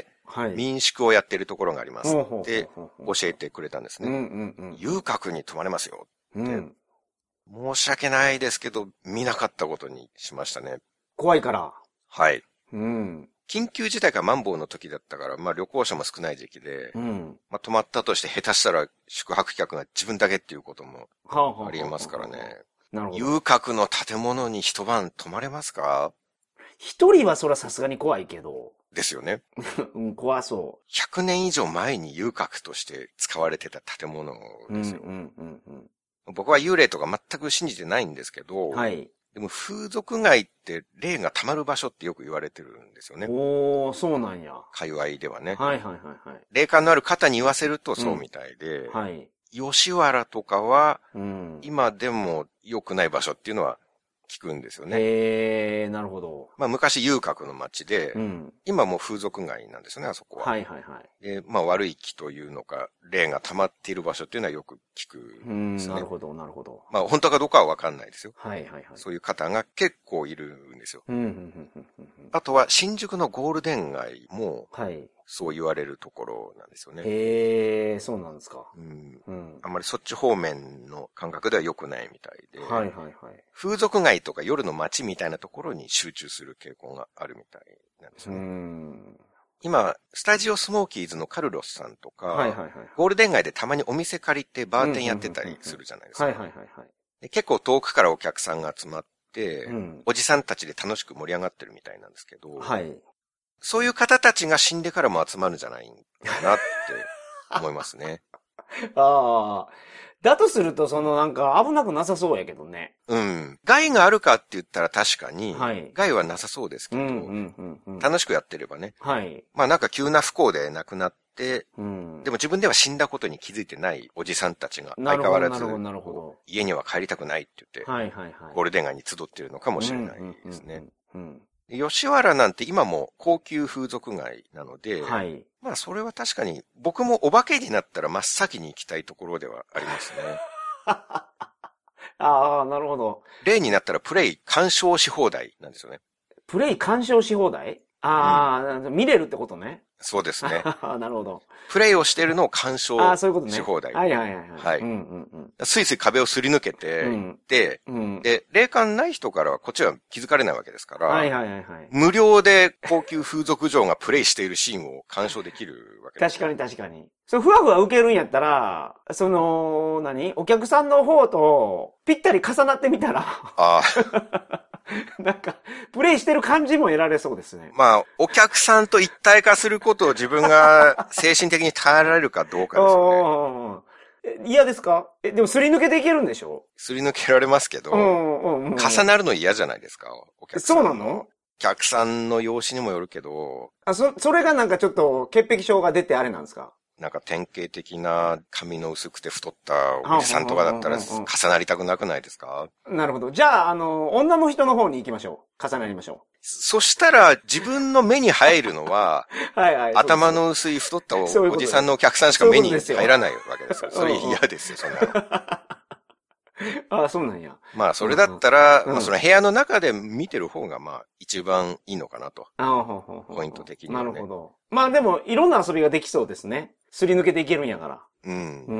民宿をやっているところがありますって教えてくれたんですね。遊郭に泊まれますよって、うん、申し訳ないですけど、見なかったことにしましたね。 怖いから。 はい。うん、緊急事態がマンボウの時だったから、まあ旅行者も少ない時期で、うん、まあ泊まったとして下手したら宿泊客が自分だけっていうこともありえますからね。なるほど。遊郭の建物に一晩泊まれますか？ 一人はそらさすがに怖いけど。 ですよね。 うん、怖そう。 ひゃくねん以上前に遊郭として使われてた建物ですよ。うんうんうんうん、僕は幽霊とか全く信じてないんですけど、はい。でも風俗街って霊が溜まる場所ってよく言われてるんですよね。 おー、そうなんや。 界隈ではね。 はいはいはいはい。 霊感のある方に言わせるとそうみたいで、うん、はい。吉原とかは、うん、今でも良くない場所っていうのは聞くんですよね。 へー、なるほど。 まあ昔遊郭の街で、うん、今もう風俗街なんですよね、あそこは。はいはいはい。で、まあ悪い気というのか、霊が溜まっている場所っていうのはよく聞くんですね。 なるほど、なるほど。 まあ本当かどうかはわかんないですよ。はいはいはい。そういう方が結構いるんですよ。うんうんうんうんうん、あとは新宿のゴールデン街も、はい。そう言われるところなんですよね。 へえ、そうなんですか。うん。 うん。あんまりそっち方面の感覚では良くないみたいで。はいはいはい。風俗街とか夜の街みたいなところに集中する傾向があるみたいなんですよね。うん。今、スタジオスモーキーズのカルロスさんとか、はいはいはい。ゴールデン街でたまにお店借りてバーテンやってたりするじゃないですか。はいはいはいはい。で結構遠くからお客さんが集まって、うん、おじさんたちで楽しく盛り上がってるみたいなんですけど、はい。そういう方たちが死んでからも集まるんじゃないかなって思いますね。 ああ。だとすると、そのなんか危なくなさそうやけどね。 うん。害があるかって言ったら確かに、はい、害はなさそうですけど、うんうんうんうん、楽しくやってればね。はい。まあなんか急な不幸で亡くなって、うん、でも自分では死んだことに気づいてないおじさんたちが相変わらず、家には帰りたくないって言って、はいはいはい、ゴールデン街に集ってるのかもしれないですね。うんうんうんうん吉原なんて今も高級風俗街なので、はい。まあそれは確かに僕もお化けになったら真っ先に行きたいところではありますね。 ああ、なるほど。 例になったらプレイ鑑賞し放題なんですよね。 プレイ鑑賞し放題ああ、うん、見れるってことね。 そうですね。 なるほど。 プレイをしてるのを鑑賞し放題。 ああ、そういうことね。はいはいはい。はい。 うんうんうん、スイスイ壁をすり抜けて、うん、で、うん、で、霊感ない人からはこっちは気づかれないわけですから、はいはいはい、はい。無料で高級風俗嬢がプレイしているシーンを鑑賞できるわけです、 ね。確かに確かに。そう、ふわふわ受けるんやったら、その、何お客さんの方とぴったり重なってみたら。ああ。なんか、プレイしてる感じも得られそうですね。 まあ、お客さんと一体化することを自分が精神的に耐えられるかどうかですよね。嫌ですかえ、でもすり抜けていけるんでしょすり抜けられますけど、うんうんうん、重なるの嫌じゃないですか、お客さん。 そうなのお客さんの容姿にもよるけど。 あ、そ、それがなんかちょっと潔癖症が出てあれなんですかなんか典型的な髪の薄くて太ったおじさんとかだったら重なりたくなくないですか？ なるほど。じゃあ、あの、女の人の方に行きましょう。重なりましょう。 そしたら自分の目に入るのは、はいはい、頭の薄い太ったおじさんのお客さんしか目に入らないわけですよ。それ嫌ですよ、そんなの。 ああ、そうなんや。 まあ、それだったら、うんうん、まあ、その部屋の中で見てる方が、まあ、一番いいのかなと。ああ、ほうほうほう。ポイント的には、ね。 なるほど。まあでも、いろんな遊びができそうですね。すり抜けていけるんやから。うん。うん。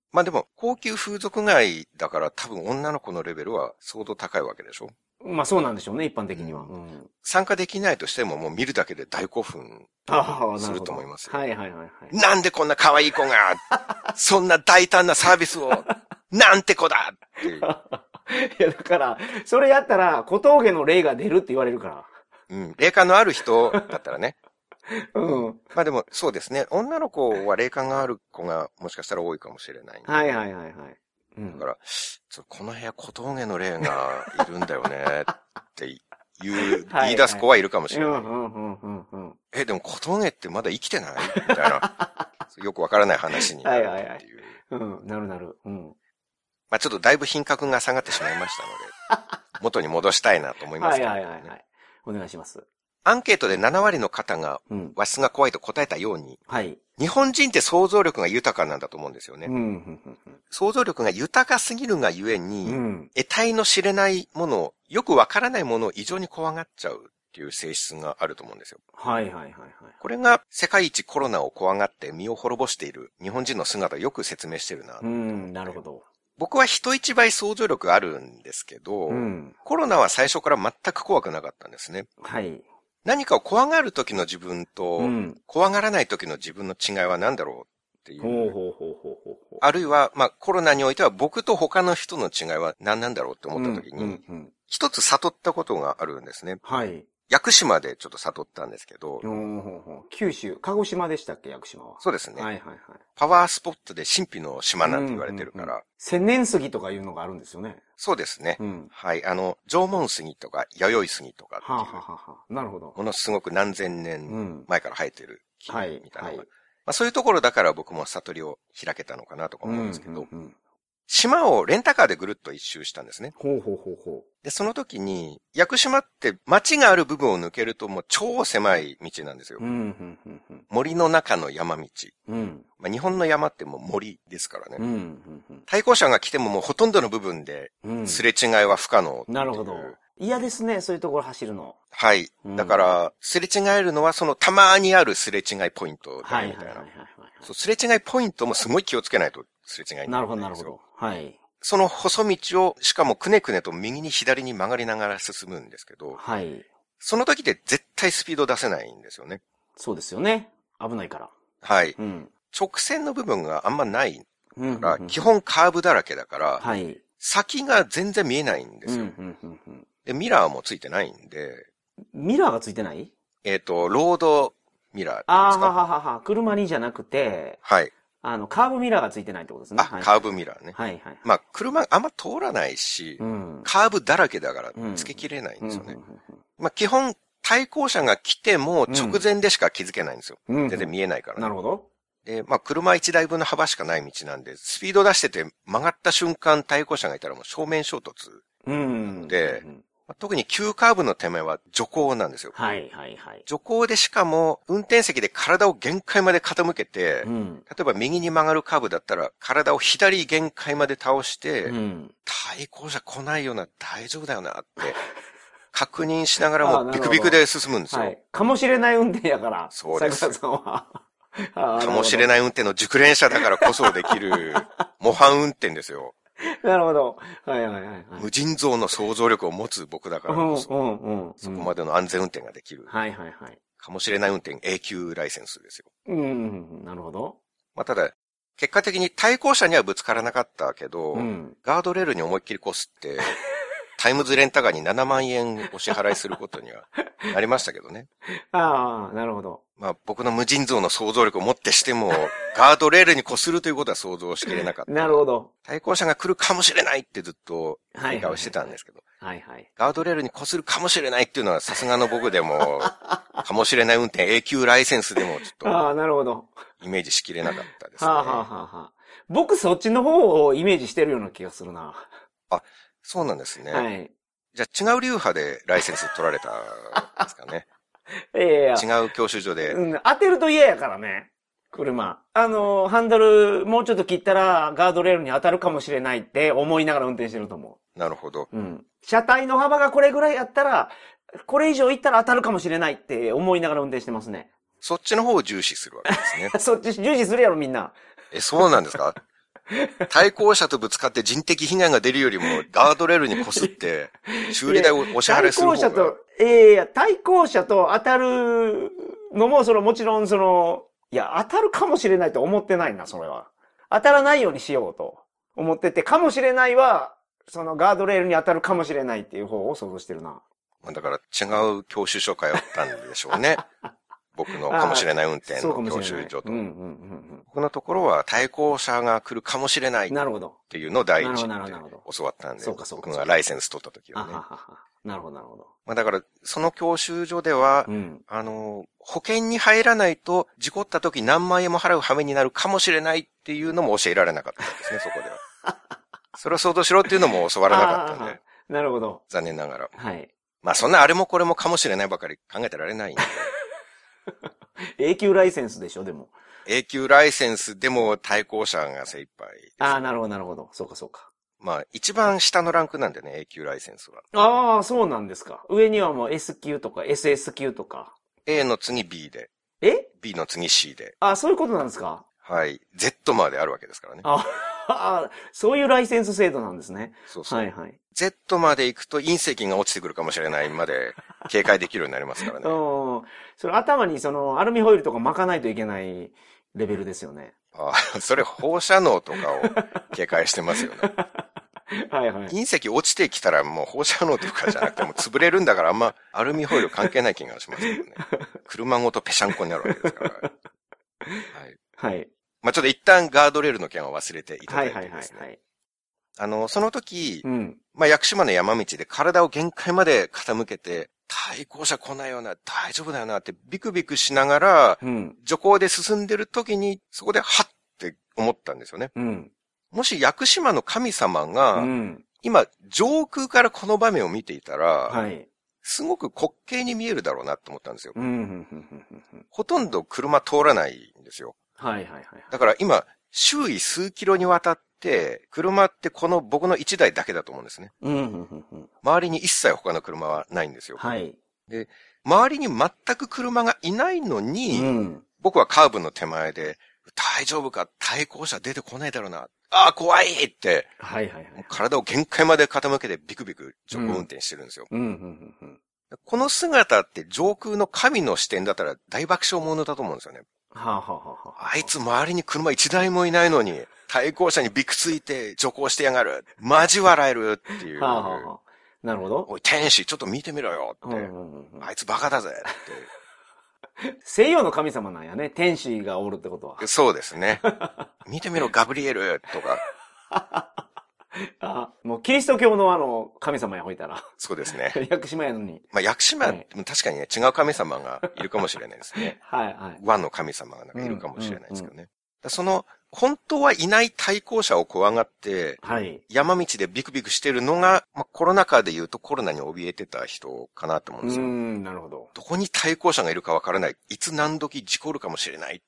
まあでも、高級風俗街だから多分女の子のレベルは相当高いわけでしょ？ まあそうなんでしょうね、一般的には。うん、参加できないとしてももう見るだけで大興奮すると思いますよ。 はいはいはいはい。 なんでこんな可愛い子が、そんな大胆なサービスを、なんて子だっていう。 いやだから、それやったら小峠の霊が出るって言われるから。 うん、霊感のある人だったらね。 うん。 まあでも、そうですね。女の子は霊感がある子がもしかしたら多いかもしれない、ね。 はいはいはいはい。 うん、だから、ちょこの部屋小峠の霊がいるんだよねって言う、言い出す子はいるかもしれない。え、でも小峠ってまだ生きてないみたいな。よくわからない話になるっていう。はいはいはい。 うん、なるなる。うん。 まあちょっとだいぶ品格が下がってしまいましたので、元に戻したいなと思いますけど、ね。はいはいはいはい。 お願いします。 アンケートでなな割の方が和室が怖いと答えたように、 はい。 日本人って想像力が豊かなんだと思うんですよね。うん、想像力が豊かすぎるがゆえに、うん、得体の知れないものを、よくわからないものを異常に怖がっちゃうっていう性質があると思うんですよ。 はいはいはいはい。 これが世界一コロナを怖がって身を滅ぼしている日本人の姿をよく説明してるな。 うん、なるほど。 僕は人一倍想像力あるんですけど、うん、コロナは最初から全く怖くなかったんですね。 はい。 何かを怖がる時の自分と、うん、怖がらない時の自分の違いは何だろうっていう。ほうほうほうほうほう。あるいは、まあコロナにおいては僕と他の人の違いは何なんだろうって思った時に、うんうんうん、一つ悟ったことがあるんですね。はい。屋久島でちょっと悟ったんですけど、 九州、鹿児島でしたっけ、屋久島は。 そうですね。 はいはいはい。 パワースポットで神秘の島なんて言われてるから。うんうんうん、 千年杉とかいうのがあるんですよね。 そうですね。うん、はい。あの、縄文杉とか弥生杉とかっていう。はあはあはあ、 なるほど。 ものすごく何千年前から生えてる木みたいなのが、はいはい、まあ、そういうところだから僕も悟りを開けたのかなとか思うんですけど、うんうんうん、島をレンタカーでぐるっと一周したんですね。 ほうほうほうほう。 で、その時に、屋久島って街がある部分を抜けるともう超狭い道なんですよ。うんうんうんうん、森の中の山道。うんまあ、日本の山ってもう森ですからね。うんうんうん、対向車が来てももうほとんどの部分ですれ違いは不可能、 うん。なるほど。嫌ですね、そういうところ走るの。 はい。だから、すれ違えるのはそのたまにあるすれ違いポイントだみたいな。そう、すれ違いポイントもすごい気をつけないとすれ違いになるんですよ。なるほど、なるほど。はい。その細道を、しかもくねくねと右に左に曲がりながら進むんですけど、はい。その時って絶対スピード出せないんですよね。 そうですよね。危ないから。 はい。うん、直線の部分があんまないから、うんうんうん、基本カーブだらけだから、はい。先が全然見えないんですよ。うんうんうんうん、で、ミラーもついてないんで。 ミラーがついてない？ えっと、ロードミラーですか？ ああ、はははは。車にじゃなくて、 はい。 あの、カーブミラーがついてないってことですね。 あ、はい、カーブミラーね。はいはい。まあ、車あんま通らないし、うん、カーブだらけだから付けきれないんですよね。まあ、基本、対向車が来ても直前でしか気づけないんですよ。うん、全然見えないから、ね。 なるほど。 で、まあ、車一台分の幅しかない道なんで、スピード出してて曲がった瞬間対向車がいたらもう正面衝突。うん。で、うん特に急カーブの手前は徐行なんですよ。はいはいはい。徐行でしかも運転席で体を限界まで傾けて、うん、例えば右に曲がるカーブだったら体を左限界まで倒して、うん、対向車来ないよな、大丈夫だよなって確認しながらもビクビクで進むんですよ。はい。 かもしれない運転やから。 そうです。 桜さんは。 かもしれない運転の熟練者だからこそできる模範運転ですよ。 なるほど。はいはいはい、はい。 無尽蔵の想像力を持つ僕だからこそ、うんうんうん、そこまでの安全運転ができる。はいはいはい。かもしれない運転 エーキュー ライセンスですよ。 うん、うん、なるほど。 まあただ、結果的に対向車にはぶつからなかったけど、うん、ガードレールに思いっきりこすって、タイムズレンタカーにななまんえんお支払いすることにはなりましたけどね。 ああ、なるほど。 まあ僕の無尽蔵の想像力をもってしても、ガードレールに擦るということは想像しきれなかった。 なるほど。 対向車が来るかもしれないってずっと喧嘩をしてたんですけど。はいはい。ガードレールに擦るかもしれないっていうのはさすがの僕でも、かもしれない運転 エーキュー ライセンスでもちょっと。ああ、なるほど。イメージしきれなかったですね。はあ、はあはあ、 僕そっちの方をイメージしてるような気がするな。 あ、そうなんですね。はい。じゃあ違う流派でライセンス取られたんですかね。いやいや違う教習所で、 うん。当てると嫌やからね。車。あの、ハンドルもうちょっと切ったらガードレールに当たるかもしれないって思いながら運転してると思う。なるほど。 うん。車体の幅がこれぐらいやったら、これ以上いったら当たるかもしれないって思いながら運転してますね。 そっちの方を重視するわけですね。 そっち重視するやろみんな。 え、そうなんですか？ 対向車とぶつかって人的被害が出るよりも、ガードレールに擦って、修理代をお支払いする方が。 対向車と、ええー、対向車と当たるのも、その、もちろん、その、いや、当たるかもしれないと思ってないな、それは。当たらないようにしようと思ってて、かもしれないは、そのガードレールに当たるかもしれないっていう方を想像してるな。 だから違う教習所通ったんでしょうね。僕のかもしれない運転の教習所と。僕のところは対向車が来るかもしれないっていうのを第一に教わったんで、僕がライセンス取った時はね。 なるほど、なるほど。 まあだから、その教習所では、うん、あの、保険に入らないと事故った時何万円も払う羽目になるかもしれないっていうのも教えられなかったんですね、そこでは。それを想像しろっていうのも教わらなかったんで。 なるほど。 残念ながら。 はい。 まあそんなあれもこれもかもしれないばかり考えてられないんで。 永久ライセンスでしょ、でも。 永久ライセンスでも対向車が精一杯、ね。 ああ、なるほど、なるほど。そうか、そうか。 まあ、一番下のランクなんでね、永久ライセンスは。 ああ、そうなんですか。上にはもう S 級とか エスエス 級とか。 A の次 B で。 え ?B の次 C で。 ああ、そういうことなんですか。 はい。Z まであるわけですからね。 ああ、そういうライセンス制度なんですね。 そうそう。 はいはい。 Z まで行くと隕石が落ちてくるかもしれないまで警戒できるようになりますからね。 うん。それ頭にそのアルミホイルとか巻かないといけないレベルですよね。 ああ、それ放射能とかを警戒してますよね。 はいはい。 隕石落ちてきたらもう放射能とかじゃなくても潰れるんだからあんまアルミホイル関係ない気がしますけどね。車ごとぺしゃんこになるわけですから。はい。 はい。 まあちょっと一旦ガードレールの件は忘れていただいてですね。はいはいはい、はい。あの、その時、うん、まあ屋久島の山道で体を限界まで傾けて、対向車来ないよな、大丈夫だよなってビクビクしながら、うん、徐行で進んでる時に、そこでハッって思ったんですよね。うん、もし屋久島の神様が、うん、今上空からこの場面を見ていたら、はい、すごく滑稽に見えるだろうなって思ったんですよ。うん、ほとんど車通らないんですよ。はいはいはい。だから今、周囲数キロにわたって、車ってこの僕の一台だけだと思うんですね。うんうんうん、周りに一切他の車はないんですよ。はい。で、周りに全く車がいないのに、うん、僕はカーブの手前で、大丈夫か対向車出てこないだろうな。ああ、怖いって、はいはいはい。体を限界まで傾けてビクビク徐行運転してるんですよ。うんうんうんうん、この姿って上空の神の視点だったら大爆笑ものだと思うんですよね。はあはあはあ、あいつ周りに車一台もいないのに、対向車にビクついて徐行してやがる。マジ笑えるっていう。はあはあ、 なるほど。 おい、天使ちょっと見てみろよって。うんうんうん、あいつバカだぜって。 西洋の神様なんやね。天使がおるってことは。 そうですね。見てみろ、ガブリエルとか。 あ、もうキリスト教のあの、神様やほいたら。 そうですね。 屋久島やのに。 まあ、屋久島、はい、確かにね、違う神様がいるかもしれないですね。はいはい。和の神様がなんかいるかもしれないですけどね。うんうんうん、その、本当はいない対向車を怖がって、はい、山道でビクビクしてるのが、まあ、コロナ禍で言うとコロナに怯えてた人かなと思うんですよ。うん、なるほど。どこに対向車がいるかわからない。いつ何時事故るかもしれないって、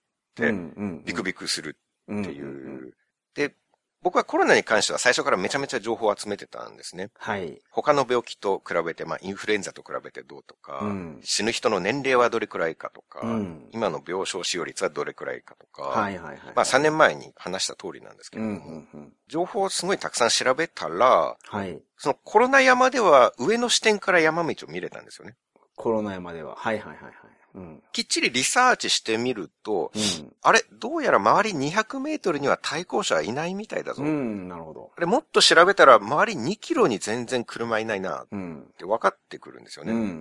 ビクビクするっていう。うんうんうん、で、僕はコロナに関しては最初からめちゃめちゃ情報を集めてたんですね。はい。他の病気と比べて、まあ、インフルエンザと比べてどうとか、うん、死ぬ人の年齢はどれくらいかとか、うん、今の病床使用率はどれくらいかとか、はいはいはい、まあ、さんねんまえに話した通りなんですけども、うんうんうん、情報をすごいたくさん調べたら、はい。そのコロナ山では上の視点から山道を見れたんですよね。 コロナ山では。はいはいはいはい。うん、 きっちりリサーチしてみると、うん、あれ、どうやら周りにひゃくメートルには対向車はいないみたいだぞ。うん、なるほど。あれ、もっと調べたら周りにキロに全然車いないなって分かってくるんですよね。うんうん、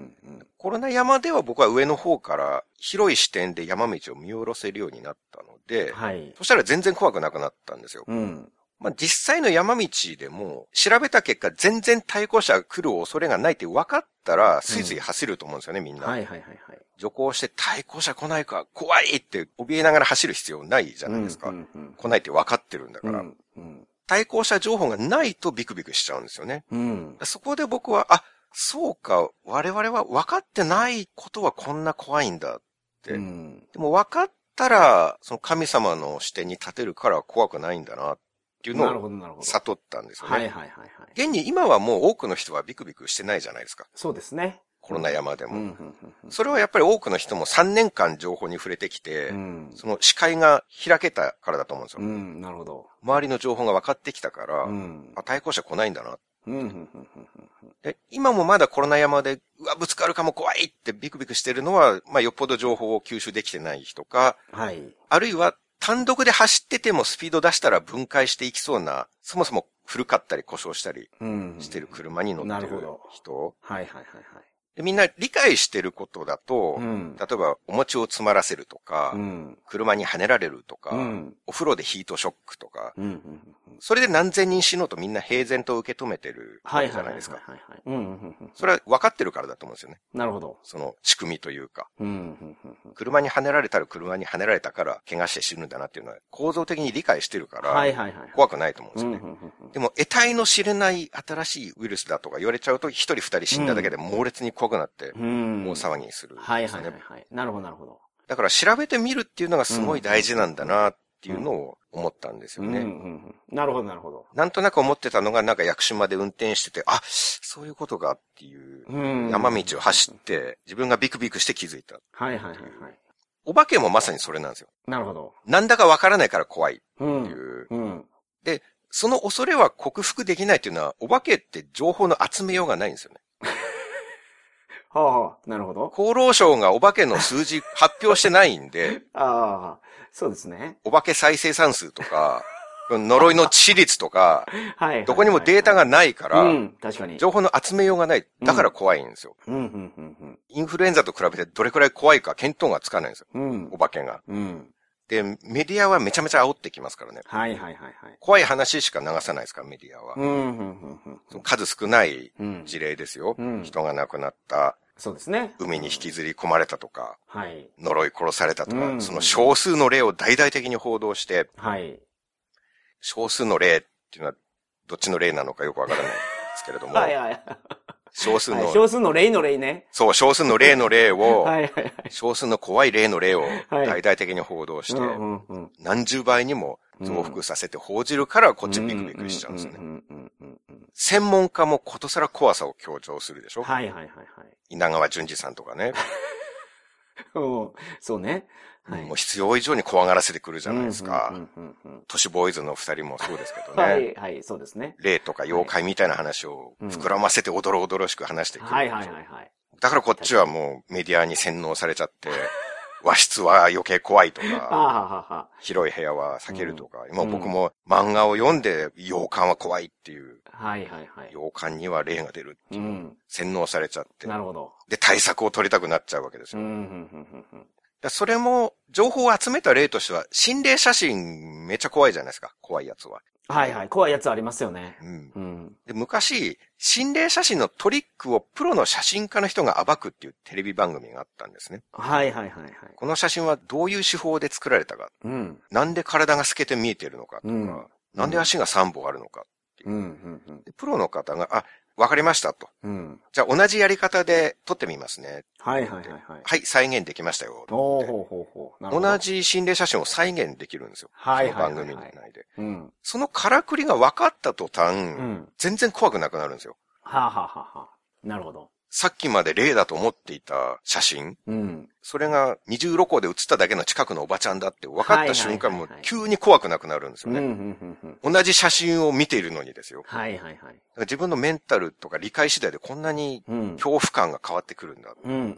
コロナ山では僕は上の方から広い視点で山道を見下ろせるようになったので、はい、そしたら全然怖くなくなったんですよ。うんまあ、実際の山道でも調べた結果全然対向車が来る恐れがないって分かったらスイスイ走ると思うんですよね、みんな。はいはいはいはい。徐行して対向車来ないか怖いって怯えながら走る必要ないじゃないですか。うんうんうん、来ないって分かってるんだから、うんうん。対向車情報がないとビクビクしちゃうんですよね。うん、そこで僕は、あ、そうか、我々は分かってないことはこんな怖いんだって。うん、でも分かったら、その神様の視点に立てるから怖くないんだなっていうのを悟ったんですよね。はいはいはいはい。現に今はもう多くの人はビクビクしてないじゃないですか。 そうですね。 コロナ山でも。それはやっぱり多くの人もさんねんかん情報に触れてきて、うん、その視界が開けたからだと思うんですよ。 うん、なるほど。 周りの情報が分かってきたから、うん、あ、対向車来ないんだな。で、今もまだコロナ山で、うわ、ぶつかるかも怖いってビクビクしてるのは、まあ、よっぽど情報を吸収できてない人か、はい。あるいは、単独で走っててもスピード出したら分解していきそうな、そもそも古かったり故障したりしてる車に乗ってる人。うん、はいはいはいはい。でみんな理解してることだと、うん、例えばお餅を詰まらせるとか、うん、車にはねられるとか、うん、お風呂でヒートショックとか、うんうんうん、それで何千人死のうとみんな平然と受け止めてるわけじゃないですか。それは分かってるからだと思うんですよね。 なるほど。 その仕組みというか、うんうんうんうん、車にはねられたら車にはねられたから怪我して死ぬんだなっていうのは構造的に理解してるから、怖くないと思うんですよね。でも得体の知れない新しいウイルスだとか言われちゃうと一人二人死んだだけで猛烈に怖くなって、うん大騒ぎにする、ね。 はいはいはいはい。なるほどなるほど。 だから調べてみるっていうのがすごい大事なんだなっていうのを思ったんですよね。うんうんうん、なるほどなるほど。 なんとなく思ってたのがなんか屋久島で運転してて、あ、そういうことがっていう山道を走って自分がビクビクして気づいた。 はいはいはいはい。 お化けもまさにそれなんですよ。 なるほど。 なんだかわからないから怖いっていう。うんうん、で、その恐れは克服できないっていうのは、お化けって情報の集めようがないんですよね。 はあはあ、なるほど。 厚労省がお化けの数字発表してないんで。 ああ、そうですね。 お化け再生産数とか、呪いの致死率とか、はい、どこにもデータがないから、うん、確かに。情報の集めようがない。だから怖いんですよ。うんうんうんうん、インフルエンザと比べてどれくらい怖いか見当がつかないんですよ。うん、お化けが。うんで、メディアはめちゃめちゃ煽ってきますからね。はいはいはいはい。怖い話しか流さないですから、メディアは。うんうんうんうん、数少ない事例ですよ、うん。人が亡くなった。 そうですね。 海に引きずり込まれたとか。はい。呪い殺されたとか、うん、その少数の例を大々的に報道して。はい。少数の例っていうのは、どっちの例なのかよくわからないですけれども。はいはい。少数の、 はい、少数の例の例ね。 そう、少数の例の例を、はいはいはい、少数の怖い例の例を大々的に報道して、はいうんうん、何十倍にも増幅させて報じるからこっちビクビクしちゃうんですね。専門家もことさら怖さを強調するでしょ。はいはいはいはい。稲川淳二さんとかね。 そうね。 はい、もう必要以上に怖がらせてくるじゃないですか。都市ボーイズの二人もそうですけどね。 はい、はい、そうですね。 霊とか妖怪みたいな話を膨らませておどろおどろしく話してくる。はいはいはいはい。だからこっちはもうメディアに洗脳されちゃって、和室は余計怖いとか、広い部屋は避けるとか、今僕も漫画を読んで洋館は怖いっていう。はいはいはい。洋館には霊が出るっていう。洗脳されちゃって。なるほど。で、対策を取りたくなっちゃうわけですよ。それも、情報を集めた例としては、心霊写真めっちゃ怖いじゃないですか。怖いやつは。 はいはい。怖いやつありますよね。うん。 うん、で昔、心霊写真のトリックをプロの写真家の人が暴くっていうテレビ番組があったんですね。 はいはいはいはい。 この写真はどういう手法で作られたか。うん。なんで体が透けて見えてるのかとか、うん、なんで足がさんぼんあるのかっていう。うんうんうん、でプロの方が、あ、わかりましたと。うん。じゃあ同じやり方で撮ってみますね。はいはいはいはい。はい、再現できましたよ。おーほうほうほう。同じ心霊写真を再現できるんですよ。はいはいはい、はい。その番組内で。うん。そのからくりが分かった途端、うん、全然怖くなくなるんですよ。 はあ、はあははあ、なるほど。 さっきまで霊だと思っていた写真。うん。それが二重露光で写っただけの近くのおばちゃんだって分かった瞬間も急に怖くなくなるんですよね。同じ写真を見ているのにですよ。はいはいはい。自分のメンタルとか理解次第でこんなに恐怖感が変わってくるんだ。うんうんうん。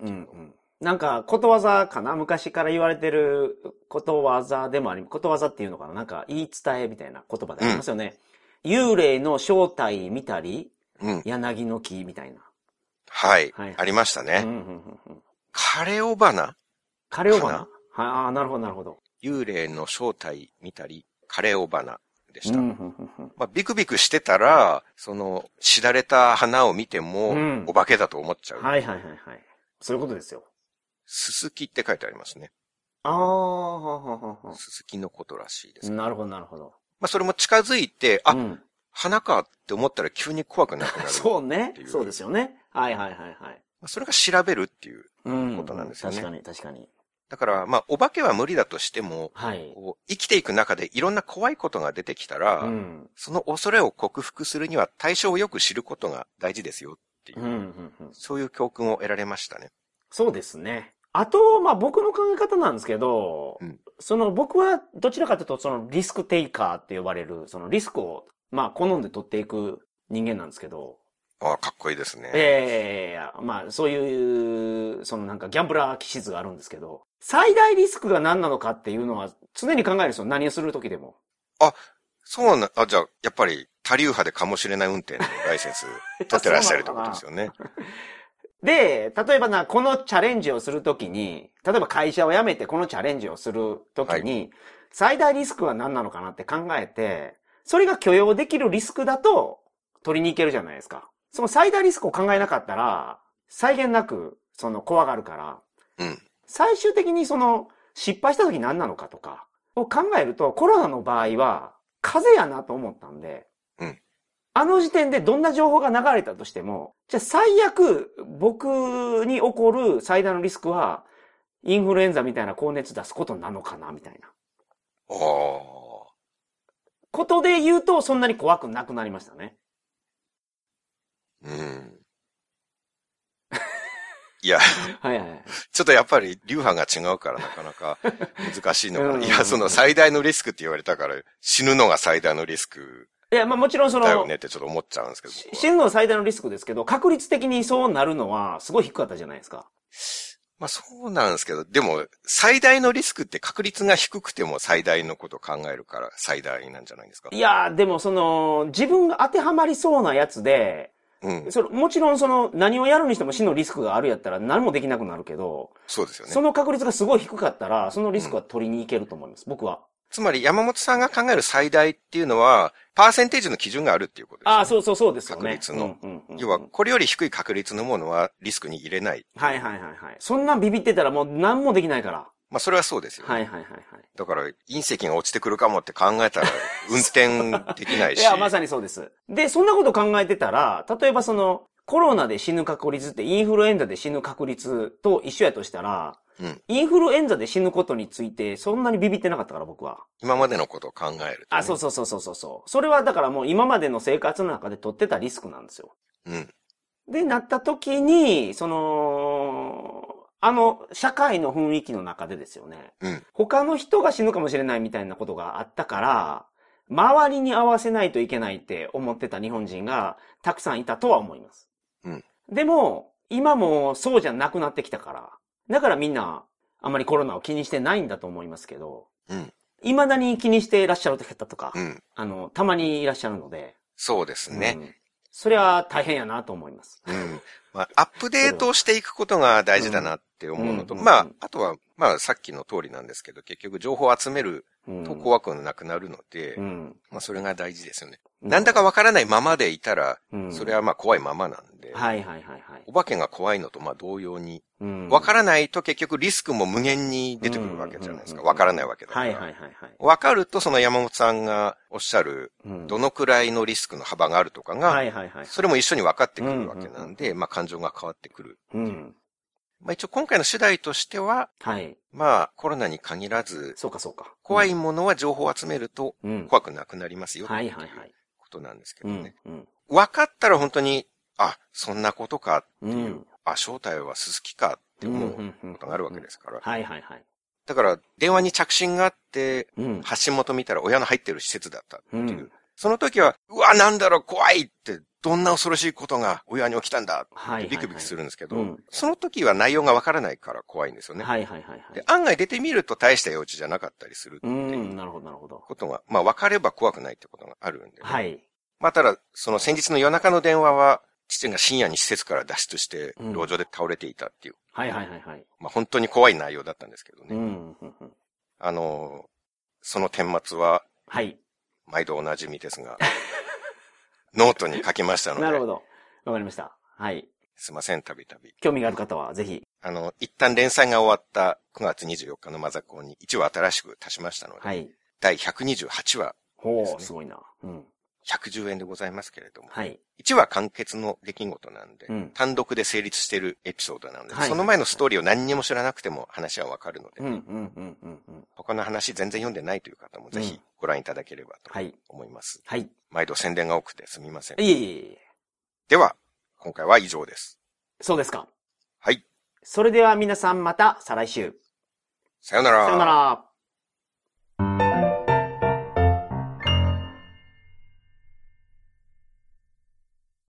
なんか、ことわざかな昔から言われてることわざでもあり、ことわざっていうのかななんか言い伝えみたいな言葉でありますよね。うん、幽霊の正体見たり、うん、柳の木みたいな。 はい。はい、ありましたね。枯れ尾花枯れ尾花ああ、なるほど、なるほど。 幽霊の正体見たり、枯れ尾花でした。まあ、ビクビクしてたら、その、しだれた花を見ても、うん、お化けだと思っちゃう。 はいはいはいはい。そういうことですよ。 すすきって書いてありますね。 ああ、はははは。 すすきのことらしいです。 なるほど、なるほど。 まあ、それも近づいて、あ、うん、花かって思ったら急に怖くなくなる。 そうね。そうですよね。はいはいはいはい。 それが調べるっていうことなんですよね。 うん、確かに確かに。 だから、まあ、お化けは無理だとしても、はい、こう生きていく中でいろんな怖いことが出てきたら、うん、その恐れを克服するには対象をよく知ることが大事ですよ。 っていう、うんうんうん、そういう教訓を得られましたね。 そうですね。あと、まあ僕の考え方なんですけど、うん、その僕はどちらかというとそのリスクテイカーって呼ばれる、そのリスクをまあ好んで取っていく人間なんですけど。 ああ、かっこいいですね。 ええー、まあそういう、そのなんかギャンブラー気質があるんですけど、最大リスクが何なのかっていうのは常に考えるんですよ。何をするときでも。 あ、そうな、あ、じゃあ、やっぱり多流派でかもしれない運転のライセンス取ってらっしゃるってことですよね。 で、例えばな、このチャレンジをするときに、例えば会社を辞めてこのチャレンジをするときに、はい、最大リスクは何なのかなって考えて、それが許容できるリスクだと取りに行けるじゃないですか。その最大リスクを考えなかったら、際限なく、その怖がるから、うん、最終的にその失敗したとき何なのかとかを考えると、コロナの場合は風邪やなと思ったんで、うん、あの時点でどんな情報が流れたとしても、じゃあ最悪僕に起こる最大のリスクは、インフルエンザみたいな高熱出すことなのかなみたいな。ああ。ことで言うと、そんなに怖くなくなりましたね。 うん。いや、はいはい、ちょっとやっぱり流派が違うからなかなか難しいのかな。うん、いや、その最大のリスクって言われたから死ぬのが最大のリスク。 いや、まあもちろんその、 だよねってちょっと思っちゃうんですけど。 死ぬのは最大のリスクですけど、確率的にそうなるのはすごい低かったじゃないですか。 まあそうなんですけど、でも最大のリスクって確率が低くても最大のことを考えるから最大なんじゃないですか。 いや、でもその、自分が当てはまりそうなやつで、うん、そのもちろんその何をやるにしても死のリスクがあるやったら何もできなくなるけど、 そうですよね。 その確率がすごい低かったら、そのリスクは取りに行けると思います、うん、僕は。 つまり山本さんが考える最大っていうのは、パーセンテージの基準があるっていうことですね。 ああ、そうそうそうですよね。 確率の、うんうんうんうん。要は、これより低い確率のものはリスクに入れない。 はいはいはいはい。そんなんビビってたらもう何もできないから。 まあそれはそうですよね。 はいはいはいはい。 だから隕石が落ちてくるかもって考えたら運転できないし。 いや、まさにそうです。で、そんなこと考えてたら、例えばその、コロナで死ぬ確率ってインフルエンザで死ぬ確率と一緒やとしたら、うん、インフルエンザで死ぬことについてそんなにビビってなかったから僕は。 今までのことを考えると、ね。 あ、そうそうそうそうそう。それはだからもう今までの生活の中で取ってたリスクなんですよ。うん。で、なった時に、その、あの、社会の雰囲気の中でですよね。うん。他の人が死ぬかもしれないみたいなことがあったから、周りに合わせないといけないって思ってた日本人がたくさんいたとは思います。うん。でも、今もそうじゃなくなってきたから。だからみんな、あんまりコロナを気にしてないんだと思いますけど。うん。未だに気にしていらっしゃる方とか、うん。あの、たまにいらっしゃるので。 そうですね。 うん、それは大変やなと思います。 うん。まあ、アップデートをしていくことが大事だなって思うのと、うん、まあ、あとは、まあ、さっきの通りなんですけど、結局情報を集めると怖くなくなるので、うん、まあ、それが大事ですよね。うん、なんだかわからないままでいたら、うん、それはまあ怖いままなんで、はいはいはいはい。お化けが怖いのとまあ同様に、わからないと結局リスクも無限に出てくるわけじゃないですか。わからないわけだから。はいはいはいはい。わかるとその山本さんがおっしゃる、どのくらいのリスクの幅があるとかが、はいはいはい。それも一緒に分かってくるわけなんで、まあ感情が変わってくる。うん。まあ一応今回の主題としては、はい。まあコロナに限らず、 そうかそうか。 怖いものは情報を集めると怖くなくなりますよ。はいはいはい。ことなんですけどね。うんうん、分かったら本当に、あ、そんなことかっていう、うん、あ、正体はススキかって思うことがあるわけですから。はいはいはい。だから、電話に着信があって、うん、発信元見たら親の入ってる施設だったっていう。うん、その時は、うわ、なんだろう、怖いって、どんな恐ろしいことが親に起きたんだってビクビクするんですけど、はいはいはい、その時は内容がわからないから怖いんですよね。はいはいはい、はい。で、案外出てみると大した用事じゃなかったりするっていうことが、まあ分かれば怖くないってことがあるんで、ね。はい。まあただ、その先日の夜中の電話は、父が深夜に施設から脱出して、路上で倒れていたっていう。うん、はいはいはいはい。まあ本当に怖い内容だったんですけどね。うんうんうん、あの、その顛末は、はい。毎度おなじみですが、ノートに書きましたので。 なるほど。わかりました。はい。 すいません、たびたび。 興味がある方はぜひ。 あの、一旦連載が終わったくがつにじゅうよっかのマザコンにいちわ新しく足しましたので、はい。だいひゃくにじゅうはちわ、ね。 ほう、すごいな。うん。 ひゃくじゅうえんでございますけれども。はい。いちわ完結の出来事なんで、うん、単独で成立しているエピソードなので、はい、その前のストーリーを何にも知らなくても話はわかるので、うんうんうんうんうん、他の話全然読んでないという方もぜひご覧いただければと思います。はい。はい、毎度宣伝が多くてすみません。いえいえいえ。では、 今回は以上です。 そうですか。 はい。 それでは皆さんまた再来週。 さよなら。 さよなら。